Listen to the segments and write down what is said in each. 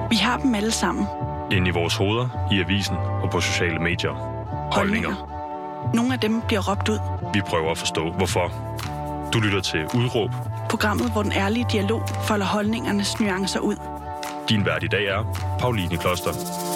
Vi har dem alle sammen. Inde i vores hoveder, i avisen og på sociale medier. Holdninger. Nogle af dem bliver råbt ud. Vi prøver at forstå, hvorfor. Du lytter til Udråb. Programmet, hvor den ærlige dialog folder holdningernes nuancer ud. Din vært i dag er Pauline Kloster.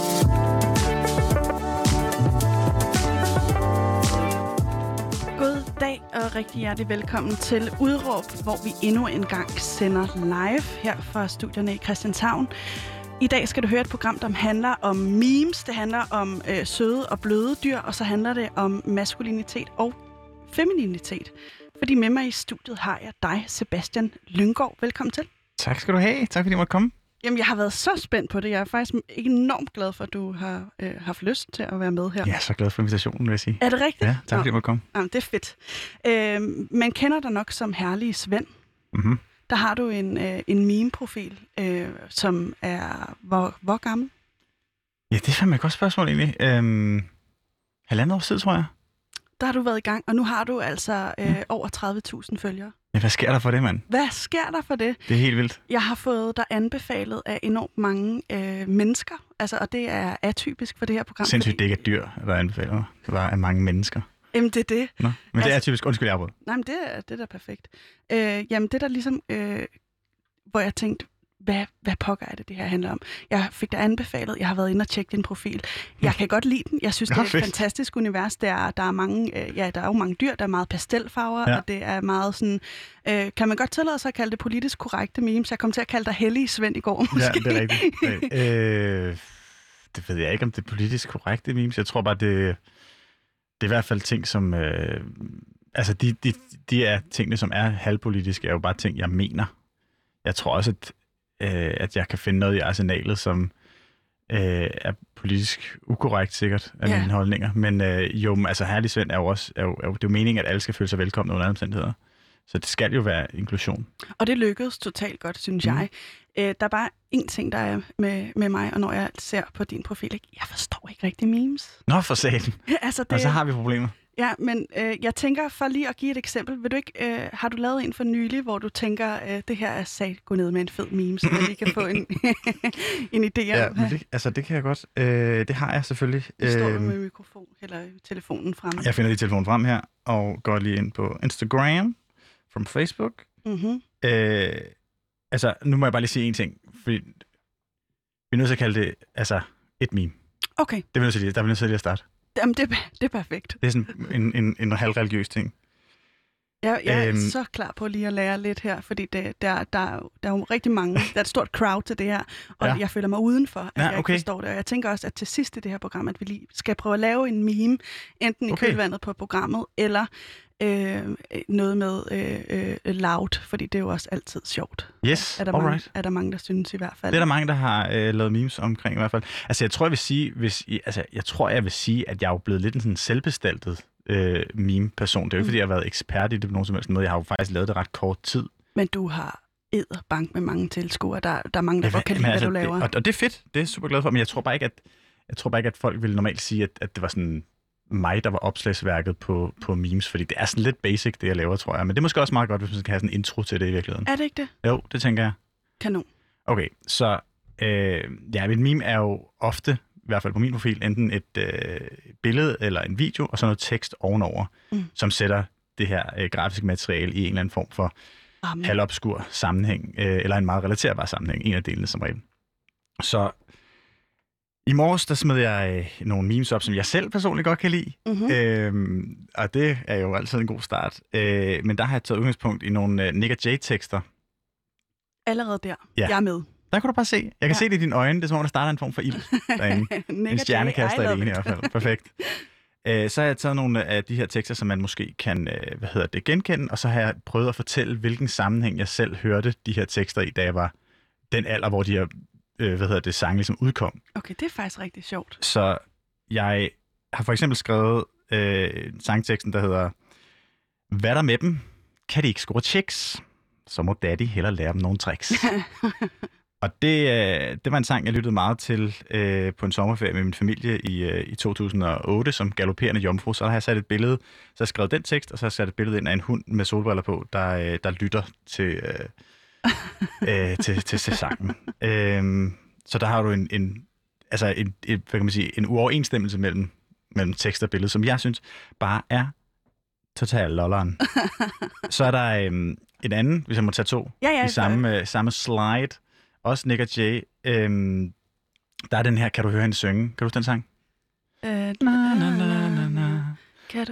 God dag og rigtig hjertelig velkommen til Udråb, hvor vi endnu en gang sender live her fra studierne i Christianshavn. I dag skal du høre et program, der handler om memes, det handler om søde og bløde dyr, og så handler det om maskulinitet og femininitet. Fordi med mig i studiet har jeg dig, Sebastian Lynggaard. Velkommen til. Tak skal du have. Tak fordi jeg måtte komme. Jamen, jeg har været så spændt på det. Jeg er faktisk enormt glad for, at du har haft lyst til at være med her. Jeg er så glad for invitationen, vil jeg sige. Er det rigtigt? Ja, tak fordi jeg måtte komme. Jamen, det er fedt. Man kender dig nok som herlige Svend. Mm-hmm. Der har du en meme-profil, som er hvor gammel? Ja, det er fandme et godt spørgsmål egentlig. 1,5 år siden, tror jeg. Der har du været i gang, og nu har du altså over 30.000 følgere. Ja, hvad sker der for det, mand? Hvad sker der for det? Det er helt vildt. Jeg har fået dig anbefalet af enormt mange mennesker, altså, og det er atypisk for det her program. Sindssygt, det ikke er dyr, der anbefaler mig. Det var af mange mennesker. Jamen, det er det. Nå, men det er atypisk. Undskyld, jeg afbrød. Nej, men det er da perfekt. Jamen, det er der ligesom, hvor jeg tænkte, hvad pokker er det her handler om? Jeg fik dig anbefalet, jeg har været inde og tjekke din profil. Jeg kan godt lide den. Jeg synes, det er et fantastisk univers. Der er mange, der er jo mange dyr, der er meget pastelfarver, og det er meget sådan, kan man godt tillade sig at kalde det politisk korrekte memes? Jeg kom til at kalde dig hellige Svend i går, måske. Ja, det er rigtigt. Det ved jeg ikke, om det er politisk korrekte memes. Jeg tror bare, det er i hvert fald ting, som... altså, de er tingene, som er halvpolitiske, er jo bare ting, jeg mener. Jeg tror også, at jeg kan finde noget i arsenalet, som er politisk ukorrekt sikkert af mine holdninger. Men altså herlig Svend er jo også, det er jo meningen, at alle skal føle sig velkomne under alle omstændigheder. Så det skal jo være inklusion. Og det lykkedes totalt godt, synes jeg. Der er bare en ting, der er med mig, og når jeg ser på din profil, jeg forstår ikke rigtig memes. Nå, for satan. Altså, og så har vi problemer. Ja, men jeg tænker, for lige at give et eksempel, vil du ikke, har du lavet en for nylig, hvor du tænker, det her er sat, gå ned med en fed meme, så vi kan få en idé om det kan jeg godt. Det har jeg selvfølgelig. Du står med mikrofon eller telefonen frem. Jeg finder lige telefonen frem her, og går lige ind på Instagram, from Facebook. Mm-hmm. Altså, nu må jeg bare lige sige en ting, fordi vi er nødt til at kalde det, altså, et meme. Okay. Det er vi nødt til der er vi nødt til at starte. Jamen, det er perfekt. Det er sådan en halvreligiøs ting. Jeg er så klar på lige at lære lidt her, fordi der er jo rigtig mange, der er et stort crowd til det her, og jeg føler mig udenfor, at jeg ikke forstår det. Og jeg tænker også, at til sidst i det her program, at vi lige skal prøve at lave en meme, enten i kølvandet på programmet, eller noget med loud, fordi det er jo også altid sjovt. Yes, er der mange, der synes i hvert fald. Det er der mange, der har lavet memes omkring i hvert fald. Altså jeg tror, jeg vil sige, at jeg er jo blevet lidt en sådan selvbestaltet meme-person. Det er jo ikke, fordi jeg har været ekspert i det på nogen som helst måde. Jeg har jo faktisk lavet det ret kort tid. Men du har edderbank med mange tilskuere. Der er mange, der godt kan lide, hvad du laver. Og det er fedt. Det er jeg super glad for. Men jeg tror bare ikke, at folk vil normalt sige, at det var sådan mig, der var opslagsværket på memes, fordi det er sådan lidt basic, det jeg laver, tror jeg. Men det er måske også meget godt, hvis man skal have sådan en intro til det i virkeligheden. Er det ikke det? Jo, det tænker jeg. Kanon. Okay, så et meme er jo ofte, i hvert fald på min profil, enten et billede eller en video, og så noget tekst ovenover, som sætter det her grafiske materiale i en eller anden form for halvobskur sammenhæng, eller en meget relaterbar sammenhæng, en af delene som regel. Så i morges, der smed jeg nogle memes op, som jeg selv personligt godt kan lide. Mm-hmm. Og det er jo altid en god start. Men der har jeg taget udgangspunkt i nogle Nick & Jay-tekster. Allerede der. Ja. Jeg er med. Der kan du bare se. Jeg kan se det i dine øjne. Det er som om, der starter en form for ild derinde. En stjernekaster i det ene i hvert fald. Perfekt. Så har jeg taget nogle af de her tekster, som man måske kan genkende, og så har jeg prøvet at fortælle, hvilken sammenhæng jeg selv hørte de her tekster i, da jeg var den alder, hvor de her sange ligesom udkom. Okay, det er faktisk rigtig sjovt. Så jeg har for eksempel skrevet sangteksten, der hedder: hvad der med dem? Kan de ikke score checks? Så må daddy hellere lære dem nogle tricks. Og det var en sang, jeg lyttede meget til på en sommerferie med min familie i 2008 som galopperende jomfru. Så har jeg sat et billede, så har jeg skrevet den tekst, og så har jeg sat et billede ind af en hund med solbriller på, der lytter til sangen. Så der har du en hvad kan man sige, en uoverensstemmelse mellem tekst og billede, som jeg synes bare er total lolleren. Så er der en anden, hvis jeg må tage to, i samme slide, også Nick og Jay. Der er den her, kan du høre hende synge? Kan du huske den sang? Kan du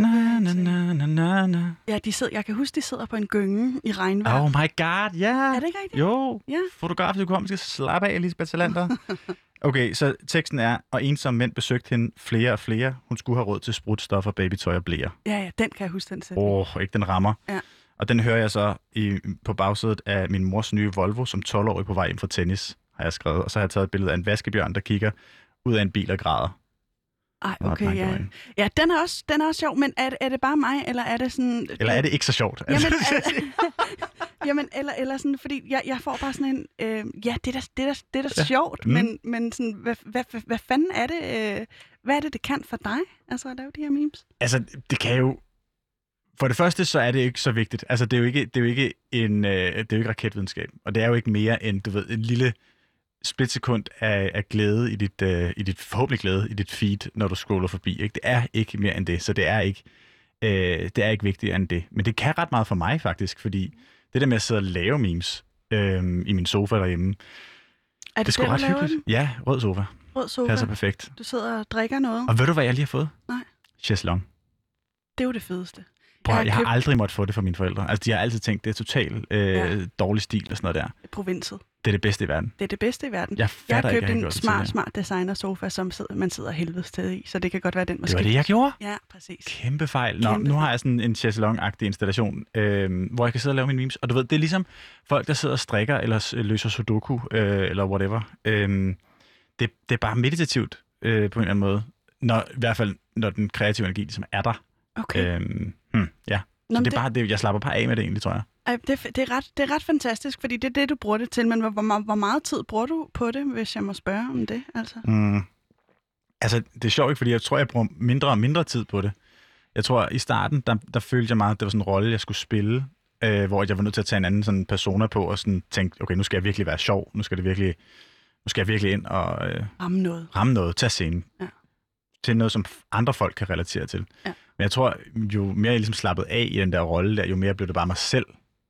Ja, jeg kan huske, de sidder på en gynge i regnvejr. Oh my god, ja! Yeah. Er det ikke rigtigt? Jo, ja. Fotograf, du kommer, skal slappe af, Elisabeth Salander. Okay, så teksten er, og ensomme mænd besøgte hende flere og flere. Hun skulle have råd til sprutstoffer, babytøj og blære. Ja, den kan jeg huske, den sætning. Ikke den rammer. Ja. Og den hører jeg så på bagsædet af min mors nye Volvo, som 12-årig på vej hjem fra tennis, har jeg skrevet. Og så har jeg taget et billede af en vaskebjørn, der kigger ud af en bil og græder. Ej, okay, ja. Ja, den er også sjov, men er det bare mig, eller er det sådan... Eller er det ikke så sjovt? Jamen, eller sådan, fordi jeg får bare sådan en... det er da sjovt, men sådan, hvad fanden er det... hvad er det kan for dig, altså at lave de her memes? Altså, det kan jo... For det første, så er det ikke så vigtigt. Altså, det er jo ikke raketvidenskab, og det er jo ikke mere end, du ved, en lille splitsekund af glæde i dit forhåbentlig glæde i dit feed, når du scroller forbi. Ikke? Det er ikke mere end det, så det er ikke vigtigere end det. Men det kan ret meget for mig faktisk, fordi det der med at sidde og lave memes i min sofa derhjemme, er det sgu ret hyggeligt. Den? Ja, rød sofa. Rød sofa. Passer perfekt. Du sidder og drikker noget. Og ved du, hvad jeg lige har fået? Nej. Chaiselong. Det er jo det fedeste. Jeg har aldrig måttet få det fra mine forældre. Altså, de har altid tænkt, det er totalt dårlig stil og sådan noget der. Provinset. Det er det bedste i verden. Det er det bedste i verden. Jeg har købt en smart designer-sofa, som man sidder helvedes til i, så det kan godt være den måske. Det var det, jeg gjorde? Ja, præcis. Kæmpe fejl. Nu har jeg sådan en chaiselong-agtig installation, hvor jeg kan sidde og lave mine memes. Og du ved, det er ligesom folk, der sidder og strikker, eller løser sudoku, eller whatever. Det er bare meditativt på en eller anden måde. I hvert fald, når den kreative energi ligesom er der. Okay. Ja. Så det er bare det, jeg slapper bare af med det egentlig, tror jeg. Det er ret fantastisk, fordi det er det, du bruger det til, men hvor meget tid bruger du på det, hvis jeg må spørge om det? Altså, det er sjovt ikke, fordi jeg tror, jeg bruger mindre og mindre tid på det. Jeg tror, i starten, der følte jeg meget, at det var sådan en rolle, jeg skulle spille, hvor jeg var nødt til at tage en anden sådan persona på, og sådan tænke, okay, nu skal jeg virkelig være sjov, nu skal jeg virkelig ind og ramme noget, tage scenen. Ja. Til noget, som andre folk kan relatere til. Ja. Men jeg tror, jo mere jeg ligesom slappede af i den der rolle der, jo mere blev det bare mig selv,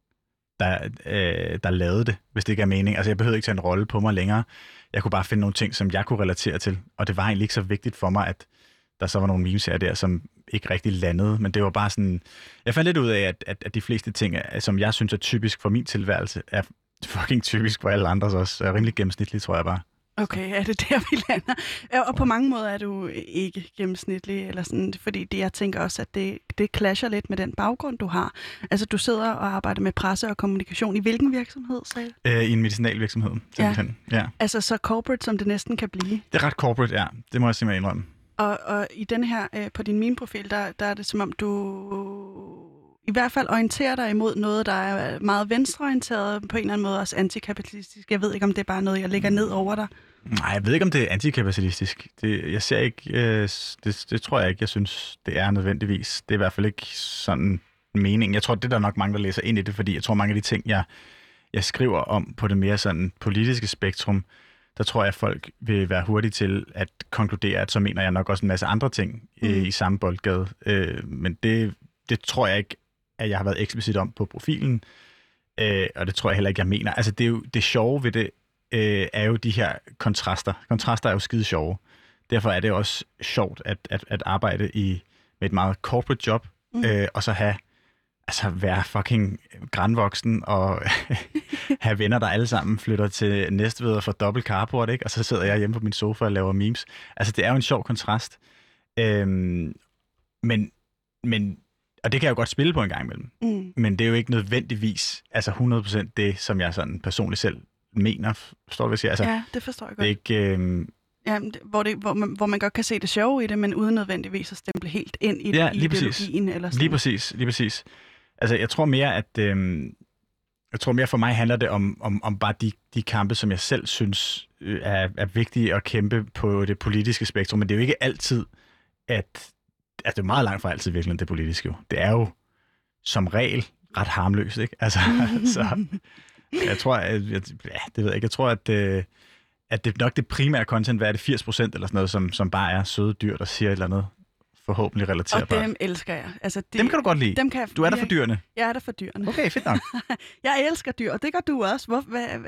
der lavede det, hvis det ikke er mening. Altså, jeg behøvede ikke tage en rolle på mig længere. Jeg kunne bare finde nogle ting, som jeg kunne relatere til. Og det var egentlig ikke så vigtigt for mig, at der så var nogle memes her der, som ikke rigtig landede. Men det var bare sådan... Jeg fandt lidt ud af, at de fleste ting, som jeg synes er typisk for min tilværelse, er fucking typisk for alle andres også. Er rimelig gennemsnitligt, tror jeg bare. Okay, er det der, vi lander? Og på mange måder er du ikke gennemsnitlig, eller sådan, fordi jeg tænker også, at det clasher lidt med den baggrund, du har. Altså, du sidder og arbejder med presse og kommunikation. I hvilken virksomhed, sagde du? I en medicinalvirksomhed, simpelthen. Ja. Altså, så corporate, som det næsten kan blive. Det er ret corporate, ja. Det må jeg simpelthen indrømme. Og i den her, på din meme-profil, der er det som om, du i hvert fald orienterer dig imod noget, der er meget venstreorienteret, på en eller anden måde også antikapitalistisk. Jeg ved ikke, om det er bare noget, jeg lægger ned over dig. Nej, jeg ved ikke, om det er antikapitalistisk. Jeg ser ikke, det tror jeg ikke, jeg synes, det er nødvendigvis. Det er i hvert fald ikke sådan mening. Jeg tror, det er der nok mange, der læser ind i det, fordi jeg tror, mange af de ting, jeg skriver om på det mere sådan politiske spektrum, der tror jeg, at folk vil være hurtige til at konkludere, at så mener jeg nok også en masse andre ting i samme boldgade. Men det tror jeg ikke, at jeg har været eksplicit om på profilen, og det tror jeg heller ikke, jeg mener. Altså, det er jo det sjove ved det, er jo de her kontraster. Kontraster er jo skide sjove. Derfor er det også sjovt at arbejde med et meget corporate job, og så være fucking grandvoksen og have venner, der alle sammen flytter til Næstved og får dobbelt carport, ikke? Og så sidder jeg hjemme på min sofa og laver memes. Altså, det er jo en sjov kontrast. Men og det kan jeg jo godt spille på en gang imellem. Men det er jo ikke nødvendigvis 100% det, som jeg sådan personligt selv mener. Forstår du, hvad jeg siger? Altså, ja, det forstår jeg godt. Det er ikke... hvor man godt kan se det sjove i det, men uden nødvendigvis at stemple helt ind i ideologien. Eller sådan. Lige præcis. Altså, jeg tror mere for mig handler det om bare de kampe, som jeg selv synes er vigtige at kæmpe på det politiske spektrum. Men det er jo ikke altid, at... Altså, det er meget langt fra altid virkelig det politiske jo. Det er jo som regel ret harmløst, ikke? Altså, så jeg tror, det ved jeg ikke. Jeg tror, at det nok det primære content, hvad er det, 80% eller sådan noget, som bare er søde dyr, der siger et eller andet forhåbentlig relaterbart. Og dem elsker jeg. Altså, dem kan du godt lide? Dem kan du er der for dyrene? Jeg er der for dyrene. Okay, fedt nok. Jeg elsker dyr, og det gør du også.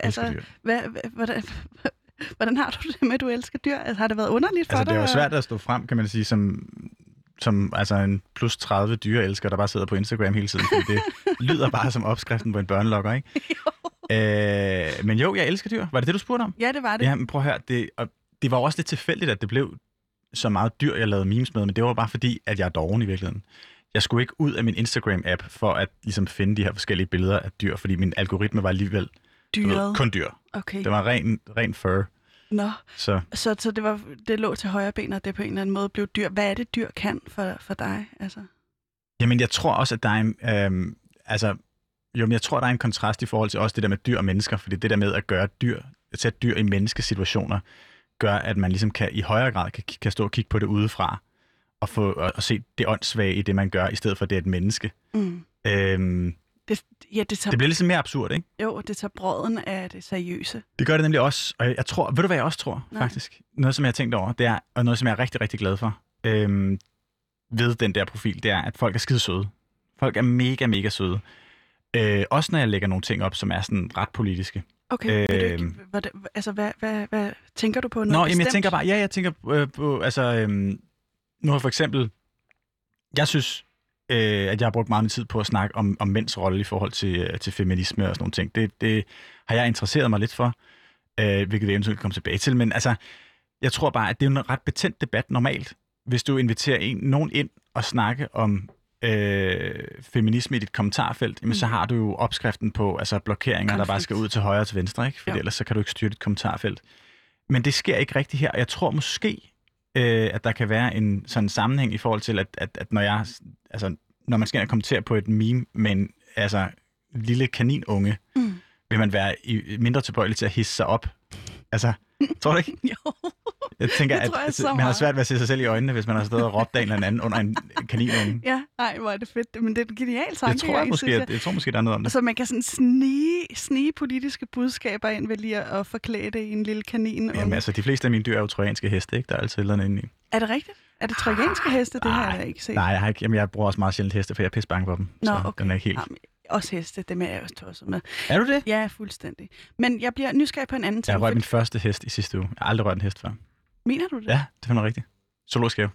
Hvordan har du det med, at du elsker dyr? Altså, har det været underligt for dig? Det er jo svært at stå frem, kan man sige, som altså en plus 30 dyreelsker, der bare sidder på Instagram hele tiden, fordi det lyder bare som opskriften på en børnelogger, ikke? Jo. Men jo, jeg elsker dyr. Var det det, du spurgte om? Ja, det var det. Ja, men prøv at høre, det var også lidt tilfældigt, at det blev så meget dyr, jeg lavede memes med, men det var bare fordi, at jeg er doven i virkeligheden. Jeg skulle ikke ud af min Instagram-app for at ligesom finde de her forskellige billeder af dyr, fordi min algoritme var alligevel kun dyr. Okay. Det var ren fur. Nå, så det lå til højre ben, og det på en eller anden måde blev dyr. Hvad er det, dyr kan for dig? Altså? Jamen, jeg tror også, at der er en... jeg tror, der er en kontrast i forhold til også det der med dyr og mennesker, fordi det der med at sætte dyr i menneskesituationer, gør, at man ligesom i højere grad kan stå og kigge på det udefra, og se det åndssvage i det, man gør, i stedet for det er et menneske. Mm. Det bliver ligesom mere absurd, ikke? Jo, det tager brodden af det seriøse. Det gør det nemlig også, og jeg tror, ved du hvad jeg også tror, faktisk? Noget, som jeg har tænkt over, det er, og noget, som jeg er rigtig, rigtig glad for, ved den der profil, det er, at folk er skide søde. Folk er mega, mega søde. Også når jeg lægger nogle ting op, som er sådan ret politiske. Okay, hvad tænker du på? Jeg tænker bare, jeg tænker på, nu har for eksempel, jeg synes, at jeg har brugt meget min tid på at snakke om mænds rolle i forhold til feminisme og sådan nogle ting. Det har jeg interesseret mig lidt for, hvilket vi eventuelt kommer tilbage til. Men altså, jeg tror bare, at det er en ret betændt debat normalt, hvis du inviterer nogen ind og snakke om feminisme i dit kommentarfelt, jamen, så har du jo opskriften på blokeringer, der bare skal ud til højre og til venstre, ikke? For ellers så kan du ikke styre dit kommentarfelt. Men det sker ikke rigtigt her, og jeg tror måske, at der kan være en sådan sammenhæng i forhold til, at når man skal kommentere på et meme med en lille kaninunge, vil man være mindre tilbøjelig til at hisse sig op. Tror du ikke? Jo. Jeg tænker, at man har svært ved at se sig selv i øjnene, hvis man har stået og råbt af en eller anden under en kaninunge. Ja, nej, hvor er det fedt. Men det er en genial tanke. Jeg tror måske, der er noget om det. Så man kan sådan snige politiske budskaber ind ved lige at forklæde det i en lille kaninunge. Jamen de fleste af mine dyr er jo trojanske heste, ikke? Der er altid eller inde i. Er det rigtigt? Er det trojanske heste? Det har jeg ikke set. Nej, jeg har ikke. Jamen, jeg bruger også meget sjældent heste, for jeg er pisse bange på dem. Nå, okay. Den er ikke helt... Også heste, dem er jeg også tosset med. Er du det? Ja, fuldstændig. Men jeg bliver nysgerrig på en anden ting. Jeg rørte min første hest i sidste uge. Jeg har aldrig rørt en hest før. Mener du det? Ja, det finder rigtigt. Zoologisk have.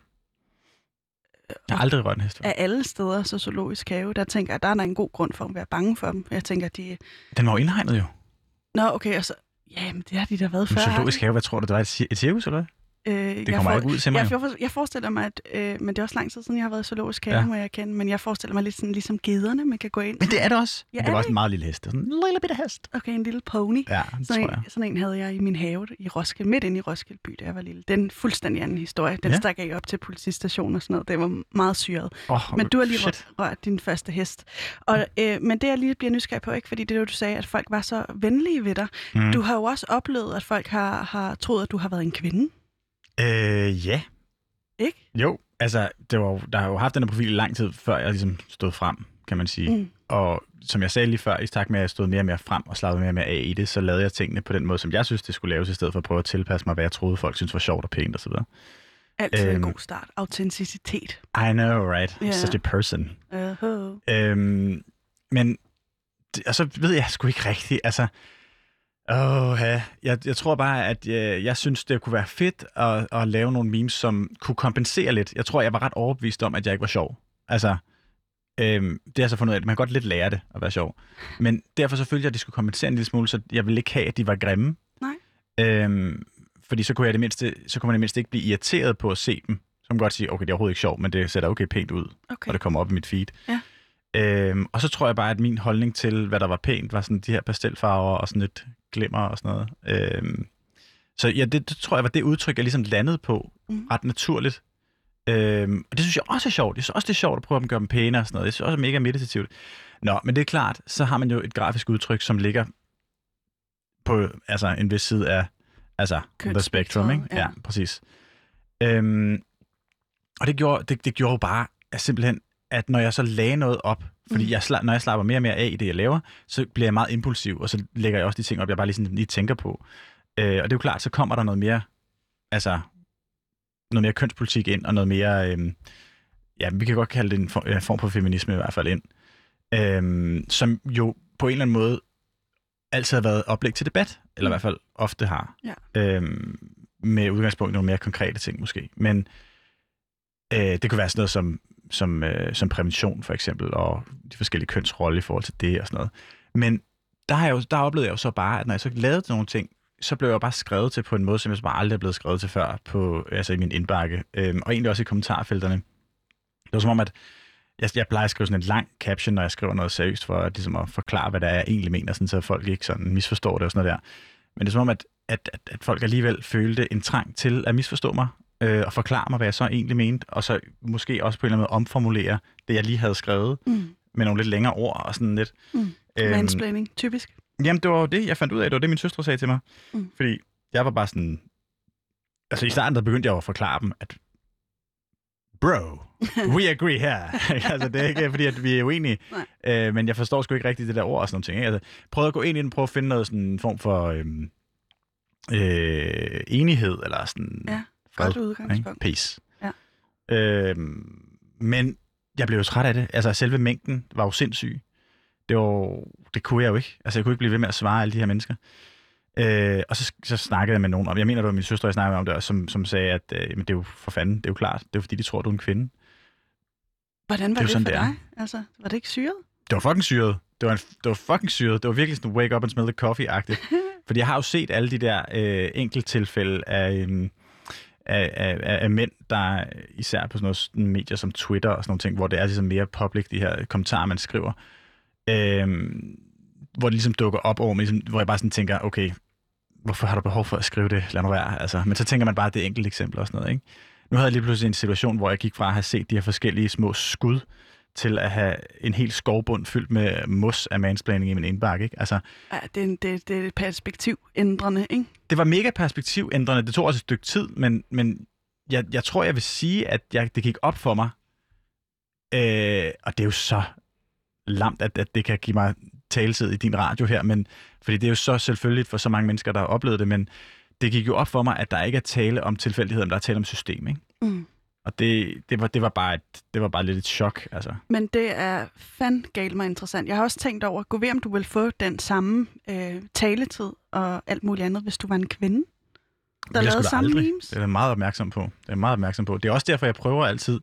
Jeg har aldrig rørt en hest før. Af alle steder, så zoologisk have, der tænker jeg, der er en god grund for at være bange for dem. Jeg tænker, Den var jo indhegnet jo. Nå, okay, og så... Jamen, det har de da været før. Zoologisk have, hvad tror du, det var et cirkus, eller hvad? Det kommer ikke ud til mig. Jeg forestiller mig, men det er også lang tid siden, jeg har været i zoologisk have, må jeg kende, men jeg forestiller mig lidt sådan, ligesom gederne, man kan gå ind. Men det er det også. Ja, det var også en meget lille hest. Sådan en lille bitte hest. Okay, en lille pony. Ja, sådan en havde jeg i min have i Roskilde, midt inde i Roskilde by, da jeg var lille. Den fuldstændig anden historie. Den stak jeg op til politistationen og sådan noget. Det var meget syret. Men du har lige rørt din første hest. Og, men det jeg lige bliver nysgerrig på, ikke, fordi det er jo, du sagde, at folk var så venlige ved dig. Du har jo også oplevet, at folk har troet, at du har været en kvinde. Ja. Ikke? Jo, der har jo haft den her profil i lang tid, før jeg ligesom stod frem, kan man sige. Og som jeg sagde lige før, i takt med, at jeg stod mere og mere frem og slappede mere og mere af i det, så lavede jeg tingene på den måde, som jeg synes, det skulle laves, i stedet for at prøve at tilpasse mig, hvad jeg troede, folk synes var sjovt og pænt osv. Altid en god start. Autenticitet. I know, right? Yeah. Such a person. Men og så ved jeg sgu ikke rigtigt, jeg tror bare, at jeg synes, det kunne være fedt at lave nogle memes, som kunne kompensere lidt. Jeg tror, jeg var ret overbevist om, at jeg ikke var sjov. Det har jeg så fundet ud af, at man kan godt lidt lære det at være sjov. Men derfor så følte jeg, at det skulle kompensere en lille smule, så jeg ville ikke have, at de var grimme. Nej. Fordi så kunne man i det mindste ikke blive irriteret på at se dem. Så kan man godt sige, okay, det er overhovedet ikke sjovt, men det ser da okay pænt ud, og det kommer op i mit feed. Ja. Og så tror jeg bare, at min holdning til, hvad der var pænt, var sådan de her pastelfarver og sådan lidt glimmer og sådan noget. Så ja, det tror jeg var det udtryk, jeg ligesom landede på ret naturligt. Og det synes jeg også er sjovt. Jeg synes også, det er sjovt at prøve at gøre dem pæne og sådan noget. Det synes også er mega meditativt. Nå, men det er klart, så har man jo et grafisk udtryk, som ligger på en vis side af the spectrum, ikke? Ja, præcis. Og det gjorde jo bare simpelthen, at når jeg så lagde noget op, fordi når jeg slapper mere og mere af i det, jeg laver, så bliver jeg meget impulsiv, og så lægger jeg også de ting op, jeg bare lige tænker på. Og det er jo klart, så kommer der noget mere, altså noget mere kønspolitik ind, og noget mere, vi kan godt kalde det en form for feminisme i hvert fald ind, som jo på en eller anden måde altid har været oplæg til debat, eller i hvert fald ofte har, med udgangspunkt i nogle mere konkrete ting måske. Men det kunne være sådan noget som prævention for eksempel, og de forskellige kønsroller i forhold til det og sådan noget. Men der oplevede jeg jo så bare, at når jeg så lavede nogle ting, så blev jeg bare skrevet til på en måde, som jeg så bare aldrig er blevet skrevet til før i min indbakke, og egentlig også i kommentarfelterne. Det var som om, at jeg plejer at skrive sådan en lang caption, når jeg skriver noget seriøst, for ligesom at forklare, hvad der er, jeg egentlig mener, sådan, så folk ikke sådan misforstår det og sådan noget der. Men det er som om, at folk alligevel følte en trang til at misforstå mig, og forklare mig, hvad jeg så egentlig mente, og så måske også på en eller anden måde omformulere det, jeg lige havde skrevet, med nogle lidt længere ord og sådan lidt. Mansplaining, typisk. Jamen, det var jo det, jeg fandt ud af. Det var det, min søstre sagde til mig. Fordi jeg var bare sådan... Altså, i starten, der begyndte jeg at forklare dem, at bro, we agree her. Altså, det er ikke, fordi at vi er uenige. Men jeg forstår sgu ikke rigtigt det der ord og sådan noget ting. Altså, prøvede at gå ind i den, prøve at finde noget sådan en form for enighed, eller sådan... Ja, godt udgangspunkt. Peace. Ja. Men jeg blev jo træt af det. Altså, selve mængden var jo sindssyg. Det kunne jeg jo ikke. Altså, jeg kunne ikke blive ved med at svare alle de her mennesker. Og så snakkede jeg med nogen om, jeg mener, det var min søster, jeg snakkede om det, som sagde, at men det er jo for fanden, det er jo klart. Det er jo fordi, de tror, du er en kvinde. Hvordan var det for dig? Altså, var det ikke syret? Det var fucking syret. Det var fucking syret. Det var virkelig sådan wake up and smell the coffee-agtigt. Fordi jeg har jo set alle de der enkelttilfælde af mænd, der især på sådan nogle medier som Twitter og sådan nogle ting, hvor det er ligesom mere public, de her kommentarer, man skriver. Hvor det ligesom dukker op over mig, ligesom, hvor jeg bare sådan tænker, okay, hvorfor har du behov for at skrive det? Lad nu være. Altså, men så tænker man bare, at det er enkelt eksempel og sådan noget, ikke? Nu havde jeg lige pludselig en situation, hvor jeg gik fra at have set de her forskellige små skud, til at have en helt skovbund fyldt med mos af mansplaining i min indbakke, ikke? Altså, ja, det er perspektivændrende, ikke? Det var mega perspektivændrende. Det tog også et stykke tid, men jeg tror, jeg vil sige, at det gik op for mig. Og det er jo så lamt, at det kan give mig taletid i din radio her, men fordi det er jo så selvfølgeligt for så mange mennesker, der har oplevet det, men det gik jo op for mig, at der ikke er tale om tilfældigheder, men der er tale om system, ikke? Og det var bare lidt et chok, altså. Men det er galt mig interessant. Jeg har også tænkt over, gå ved om du vil få den samme taletid og alt muligt andet, hvis du var en kvinde, der lavede samme memes. Det er jeg meget opmærksom på. Det er også derfor, jeg prøver altid.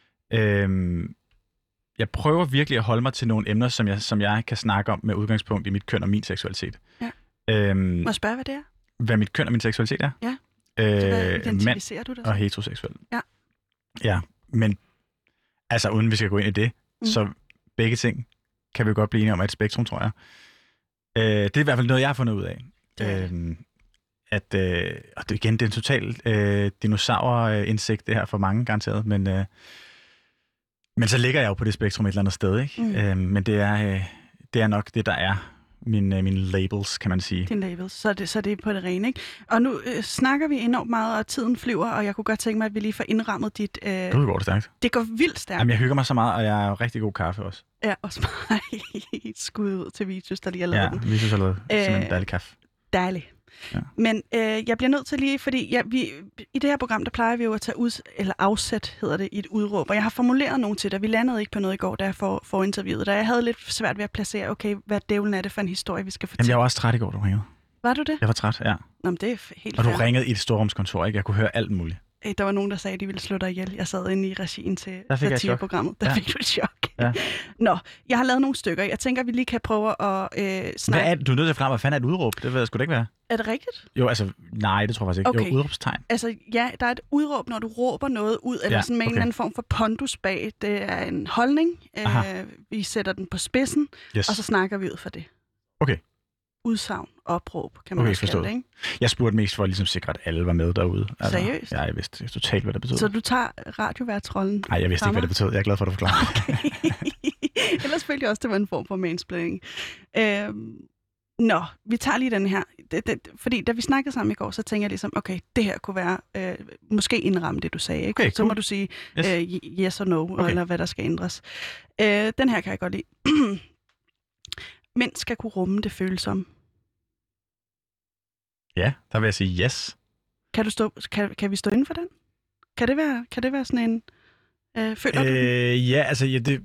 Jeg prøver virkelig at holde mig til nogle emner, som jeg kan snakke om med udgangspunkt i mit køn og min seksualitet. Ja. Må jeg spørge, hvad det er? Hvad mit køn og min seksualitet er? Ja. Hvad identificerer du det så? Og heteroseksuel. Ja. Ja, men altså uden vi skal gå ind i det, så begge ting kan vi godt blive enige om et spektrum, tror jeg. Det er i hvert fald noget, jeg har fundet ud af. Og det igen, det er en total dinosaurindsigt, det her for mange garanteret, men så ligger jeg jo på det spektrum et eller andet sted, ikke? Men det er nok det, der er mine labels, kan man sige. Dine labels, så det er på det rene, ikke? Og nu snakker vi enormt meget, og tiden flyver, og jeg kunne godt tænke mig, at vi lige får indrammet dit... Det går stærkt. Det går vildt stærkt. Jamen, jeg hygger mig så meget, og jeg har rigtig god kaffe også. Ja, også mig. Skud ud til Vitus, der lige har lavet den. Ja, Vitus har lavet simpelthen dejlig kaffe. Dejligt. Ja. Men jeg bliver nødt til lige, fordi i det her program, der plejer vi jo at tage afsæt, hedder det, i et udråb. Og jeg har formuleret nogle til dig. Vi landede ikke på noget i går, da jeg får interviewet. Da jeg havde lidt svært ved at placere, okay, hvad dævlen er det for en historie, vi skal fortælle. Jamen, jeg var også træt i går, du ringede. Var du det? Jeg var træt, ja. Nå, men det er helt og du ringede i et storrumskontor, ikke? Jeg kunne høre alt muligt. Der var nogen, der sagde, at de ville slå dig ihjel. Jeg sad inde i regien til satireprogrammet. Der fik du et chok. Ja. Nå, jeg har lavet nogle stykker. Jeg tænker, at vi lige kan prøve at snakke... Hvad er du er nødt til at fremme, hvad fanden er et udråb? Det ved jeg sgu da ikke være. Er det rigtigt? Jo, altså, nej, det tror jeg faktisk ikke. Okay. Jo, udråbstegn. Altså, ja, der er et udråb, når du råber noget ud, eller sådan med en eller anden form for pondus bag. Det er en holdning. Vi sætter den på spidsen, og så snakker vi ud fra det. Okay. Udsagn, opråb, kan man også kalde det, ikke? Jeg spurgte mest for at ligesom sikre, at alle var med derude. Altså, seriøst? Ja, jeg vidste totalt, hvad det betød. Så du tager radioværtsrollen? Nej, jeg vidste ikke, hvad det betød. Jeg er glad for, at du forklarer. Okay. Ellers følte jeg også, det var en form for mansplaining. Vi tager lige den her. Fordi da vi snakkede sammen i går, så tænker jeg ligesom, okay, det her kunne være måske indramme det, du sagde. Ikke? Okay, cool. Så må du sige yes or no, eller hvad der skal ændres. Den her kan jeg godt lide. Mænd skal kunne rumme det følsomme. Ja, der vil jeg sige yes. Kan vi stå inden for den? Kan det være sådan en... føler du? Ja, altså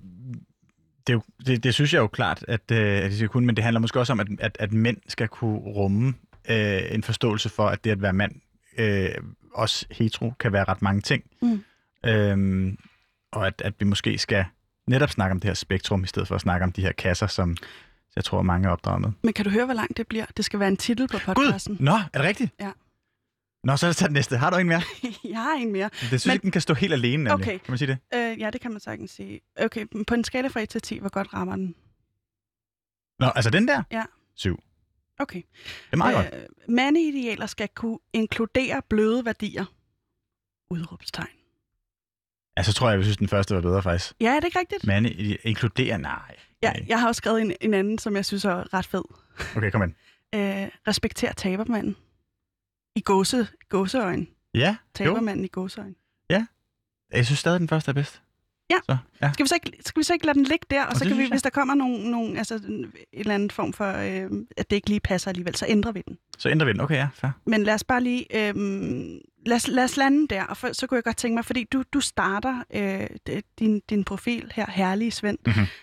det synes jeg jo klart, at de skal kunne, men det handler måske også om, at mænd skal kunne rumme en forståelse for, at det at være mand, også hetero, kan være ret mange ting. Og at vi måske skal netop snakke om det her spektrum, i stedet for at snakke om de her kasser, som jeg tror, mange er opdraget med. Men kan du høre, hvor langt det bliver? Det skal være en titel på podcasten. Gud! Nå, er det rigtigt? Ja. Nå, så er det den næste. Har du en mere? Jeg har en mere. Det synes ikke, den kan stå helt alene, nemlig. Okay. Kan man sige det? Ja, det kan man sagtens sige. Okay, på en skala fra 1 til 10, hvor godt rammer den? Nå, altså den der? Ja. 7. Okay. Det er meget godt. Mandeidealer skal kunne inkludere bløde værdier. Udråbstegn. Altså, tror jeg synes, den første var bedre, faktisk. Ja, er det ikke rigtigt? Inkludere? Nej. Ja, jeg har også skrevet en anden, som jeg synes er ret fed. Okay, kom ind. Respekter tabermanden. I gåseøjne. Ja, tabermanden i gåseøjne. Ja. Jeg synes stadig, den første er bedst. Ja. Så, ja. Skal vi så ikke lade den ligge der, og så kan vi, hvis der kommer nogen altså en eller anden form for, at det ikke lige passer alligevel, så ændrer vi den. Så ændrer vi den, okay, ja, fair. Men lad os bare lige, lad os lande der, og så kunne jeg godt tænke mig, fordi du starter din profil her, herlige Svend,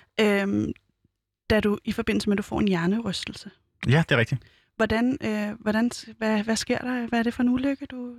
da du i forbindelse med, at du får en hjernerystelse. Ja, det er rigtigt. Hvad sker der? Hvad er det for en ulykke, du...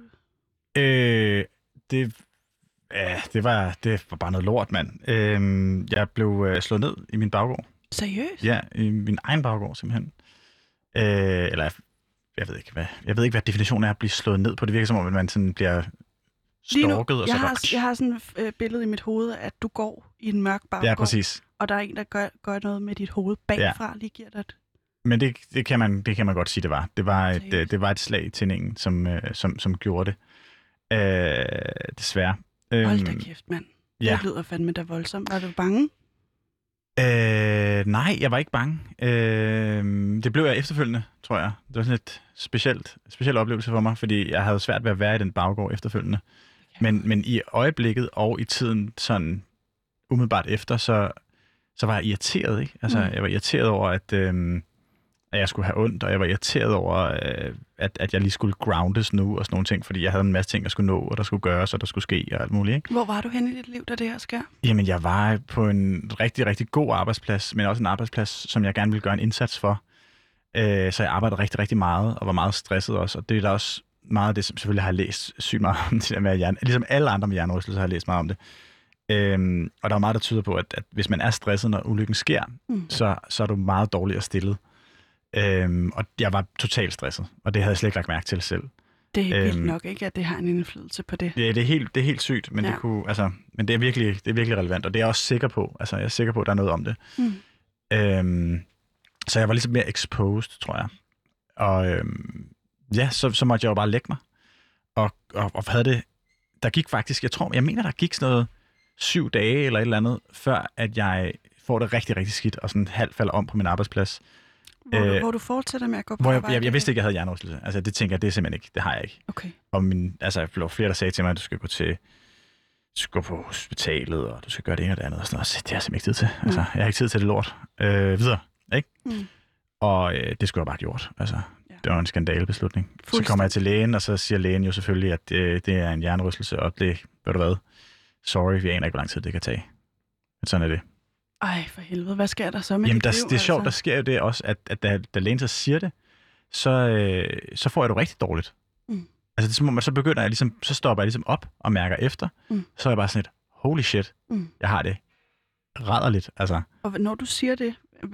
Det var bare noget lort, mand. Jeg blev slået ned i min baggård. Seriøst? Ja, i min egen baggård, simpelthen. Eller, jeg ved ikke, hvad definitionen er at blive slået ned på. Det virker som om, at man sådan bliver stalket. Jeg har sådan et billede i mit hoved, at du går i en mørk baggård. Ja, præcis. Og der er en, der gør noget med dit hoved bagfra, lige giver dig et... Men det kan man godt sige, det var. Det var et slag i tændingen, som gjorde det. Desværre. Hold da kæft, mand. Ja. Det lyder fandme da voldsomt. Var du bange? Nej, jeg var ikke bange. Det blev jeg efterfølgende, tror jeg. Det var sådan et speciel oplevelse for mig, fordi jeg havde svært ved at være i den baggård efterfølgende. Men i øjeblikket og i tiden sådan umiddelbart efter, så var jeg irriteret, ikke? Altså, jeg var irriteret over, at jeg skulle have ondt, og jeg var irriteret over, at jeg lige skulle groundes nu og sådan nogle ting, fordi jeg havde en masse ting, jeg skulle nå, og der skulle gøres, og der skulle ske, og alt muligt, ikke? Hvor var du henne i dit liv, da det her sker? Jamen, jeg var på en rigtig, rigtig god arbejdsplads, men også en arbejdsplads, som jeg gerne ville gøre en indsats for. Så jeg arbejdede rigtig, rigtig meget, og var meget stresset også, og det er da også meget af det, som selvfølgelig har jeg læst sygt meget om det der med hjerne. Ligesom alle andre med hjernerystelse har jeg læst meget om det. Og der er meget, der tyder på, at hvis man er stresset, når ulykken sker, så er du meget dårligere stillet. Og jeg var totalt stresset, og det havde jeg slet ikke lagt mærke til selv. Det er vildt nok ikke, at det har en indflydelse på det. Ja, det er helt sygt, men men det er virkelig relevant, og det er jeg også sikker på. Altså, jeg er sikker på, at der er noget om det. Så jeg var ligesom mere exposed, tror jeg. Og så måtte jeg jo bare lægge mig. Og havde det... Der gik faktisk, jeg mener, der gik sådan noget 7 dage eller et eller andet, før at jeg får det rigtig, rigtig skidt, og sådan halvt falder om på min arbejdsplads. Hvor du fortsætter med at gå på arbejde? Jeg vidste ikke, jeg havde hjernerystelse. Altså, det tænker jeg, det er simpelthen ikke. Det har jeg ikke. Okay. Og der var flere, der sagde til mig, at du skal gå på hospitalet, og du skal gøre det ene og det andet. Og sådan noget. Så det har jeg simpelthen ikke tid til. Altså, jeg har ikke tid til det lort. Videre, ikke? Og det skulle jeg bare gjort. Altså, det var en skandalebeslutning. Så kommer jeg til lægen, og så siger lægen jo selvfølgelig, at det er en hjernerystelse, og det, ved du hvad, sorry, vi aner ikke, hvor lang tid det kan tage. Men sådan er det. Ej, for helvede, hvad sker der så med Jamen, dit liv? Det er sjovt, der sker jo det også, at da lægen så siger det, så får jeg det rigtig dårligt. Altså, det er som om, så begynder jeg ligesom, så stopper jeg ligesom op og mærker efter. Så er jeg bare sådan et, holy shit, jeg har det rædderligt, altså. Og når du siger det,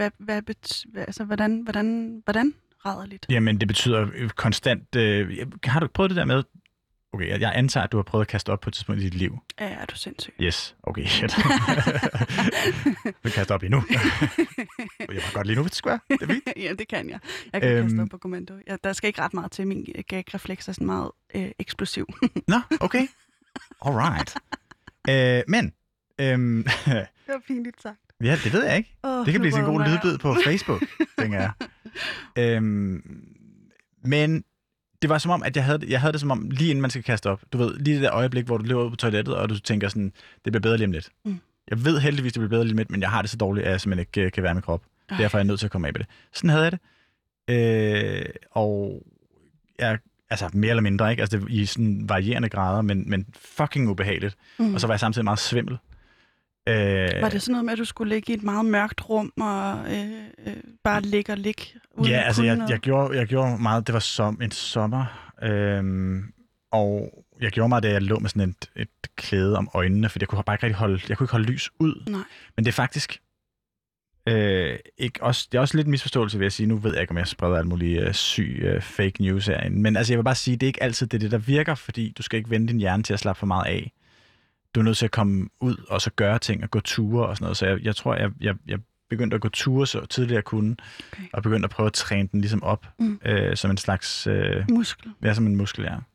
hvordan rædderligt? Jamen, det betyder konstant... har du prøvet det der med... Okay, jeg antager, at du har prøvet at kaste op på et tidspunkt i dit liv. Ja, er du sindssyg. Yes, okay, shit. Du kaster op lige nu. Jeg var godt lige nu, hvis det skulle være. Det er fint. Ja, det kan jeg. Jeg kan kaste op på kommando. Ja, der skal ikke ret meget til. Min gag-refleks er sådan meget eksplosiv. Nå, okay. Alright. Men... det var pinligt sagt. Ja, det ved jeg ikke. Det kan blive sådan en god lydbid på Facebook, tænker jeg. Men... Det var som om, at jeg havde det som om, lige inden man skal kaste op. Du ved, lige det der øjeblik, hvor du løber ud på toilettet, og du tænker sådan, det bliver bedre lige om lidt. Jeg ved heldigvis, det bliver bedre lige om lidt, men jeg har det så dårligt, at jeg simpelthen ikke kan være med krop. Derfor er jeg nødt til at komme af med det. Sådan havde jeg det. Og altså mere eller mindre, ikke? Altså det, i sådan varierende grader, men fucking ubehageligt. Og så var jeg samtidig meget svimmel. Var det sådan noget med, at du skulle ligge i et meget mørkt rum og bare ligge og ligge? Ja, altså jeg gjorde meget, det var en sommer, og jeg gjorde meget, da jeg lå med sådan et klæde om øjnene, fordi jeg kunne bare ikke rigtig holde lys ud. Nej. Men det er faktisk det er også lidt misforståelse, vil jeg sige. Nu ved jeg ikke, om jeg spreder alt muligt fake news herinde. Men altså, jeg vil bare sige, det er ikke altid det, der virker, fordi du skal ikke vende din hjerne til at slappe for meget af. Du er nødt til at komme ud og så gøre ting og gå ture og sådan noget. Så jeg tror, jeg begyndte at gå ture så tidligt jeg kunne, og begyndte at prøve at træne den ligesom op som en slags... muskel. Ja, som en muskel, ja.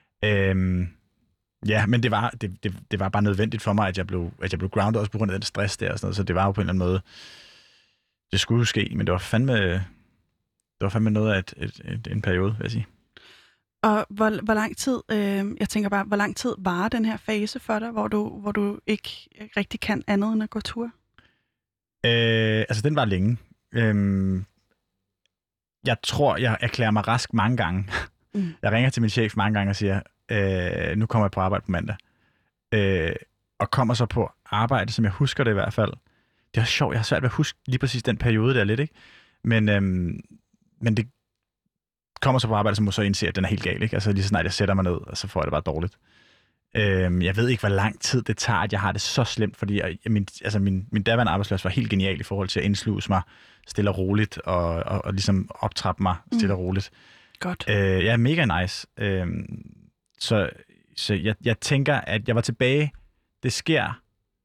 Ja, men det var bare nødvendigt for mig, at jeg blev grounded også på grund af den stress der og sådan noget, så det var jo på en eller anden måde, det skulle jo ske, men det var fandme noget af en periode, vil jeg sige. Og hvor lang tid, jeg tænker bare, hvor lang tid var den her fase for dig, hvor du ikke rigtig kan andet end at gå tur? Altså, den var længe. Jeg tror, jeg erklærer mig rask mange gange. Jeg ringer til min chef mange gange og siger, nu kommer jeg på arbejde på mandag. Og kommer så på arbejde, som jeg husker det i hvert fald. Det er sjovt, jeg har svært ved at huske lige præcis den periode der lidt, ikke? Men det kommer så på arbejde, som må så indse, at den er helt gal, ikke? Altså lige så snart jeg sætter mig ned, og så får jeg det bare dårligt. Jeg ved ikke, hvor lang tid det tager, at jeg har det så slemt, fordi min daværende arbejdsplads var helt genial i forhold til at indsluse mig stille og roligt, og ligesom optrappe mig stille og roligt. Godt. Ja, mega nice. Så jeg tænker, at jeg var tilbage, det sker,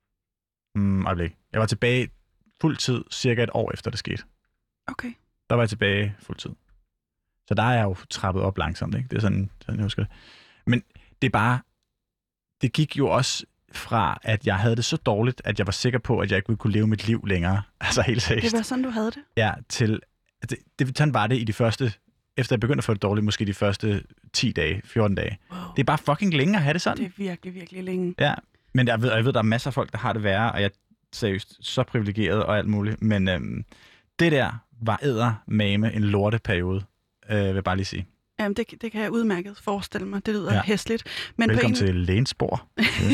jeg var tilbage fuld tid, cirka et år efter det skete. Okay. Der var jeg tilbage fuld tid. Så der er jeg jo trappet op langsomt, ikke? Det er sådan jeg husker det. Men det er bare, det gik jo også fra, at jeg havde det så dårligt, at jeg var sikker på, at jeg ikke ville kunne leve mit liv længere. Altså helt seriøst. Det var sådan, du havde det? Ja, sådan var det i de første, efter jeg begyndte at få det dårligt, måske de første 10 dage, 14 dage. Wow. Det er bare fucking længe at have det sådan. Det er virkelig, virkelig længe. Ja, men jeg ved, der er masser af folk, der har det værre, og jeg er seriøst så privilegeret og alt muligt. Men det der var eddermame en lorteperiode, vil jeg bare lige sige. Jamen, det kan jeg udmærket forestille mig. Det lyder hæsligt. Men velkommen til Lænsborg.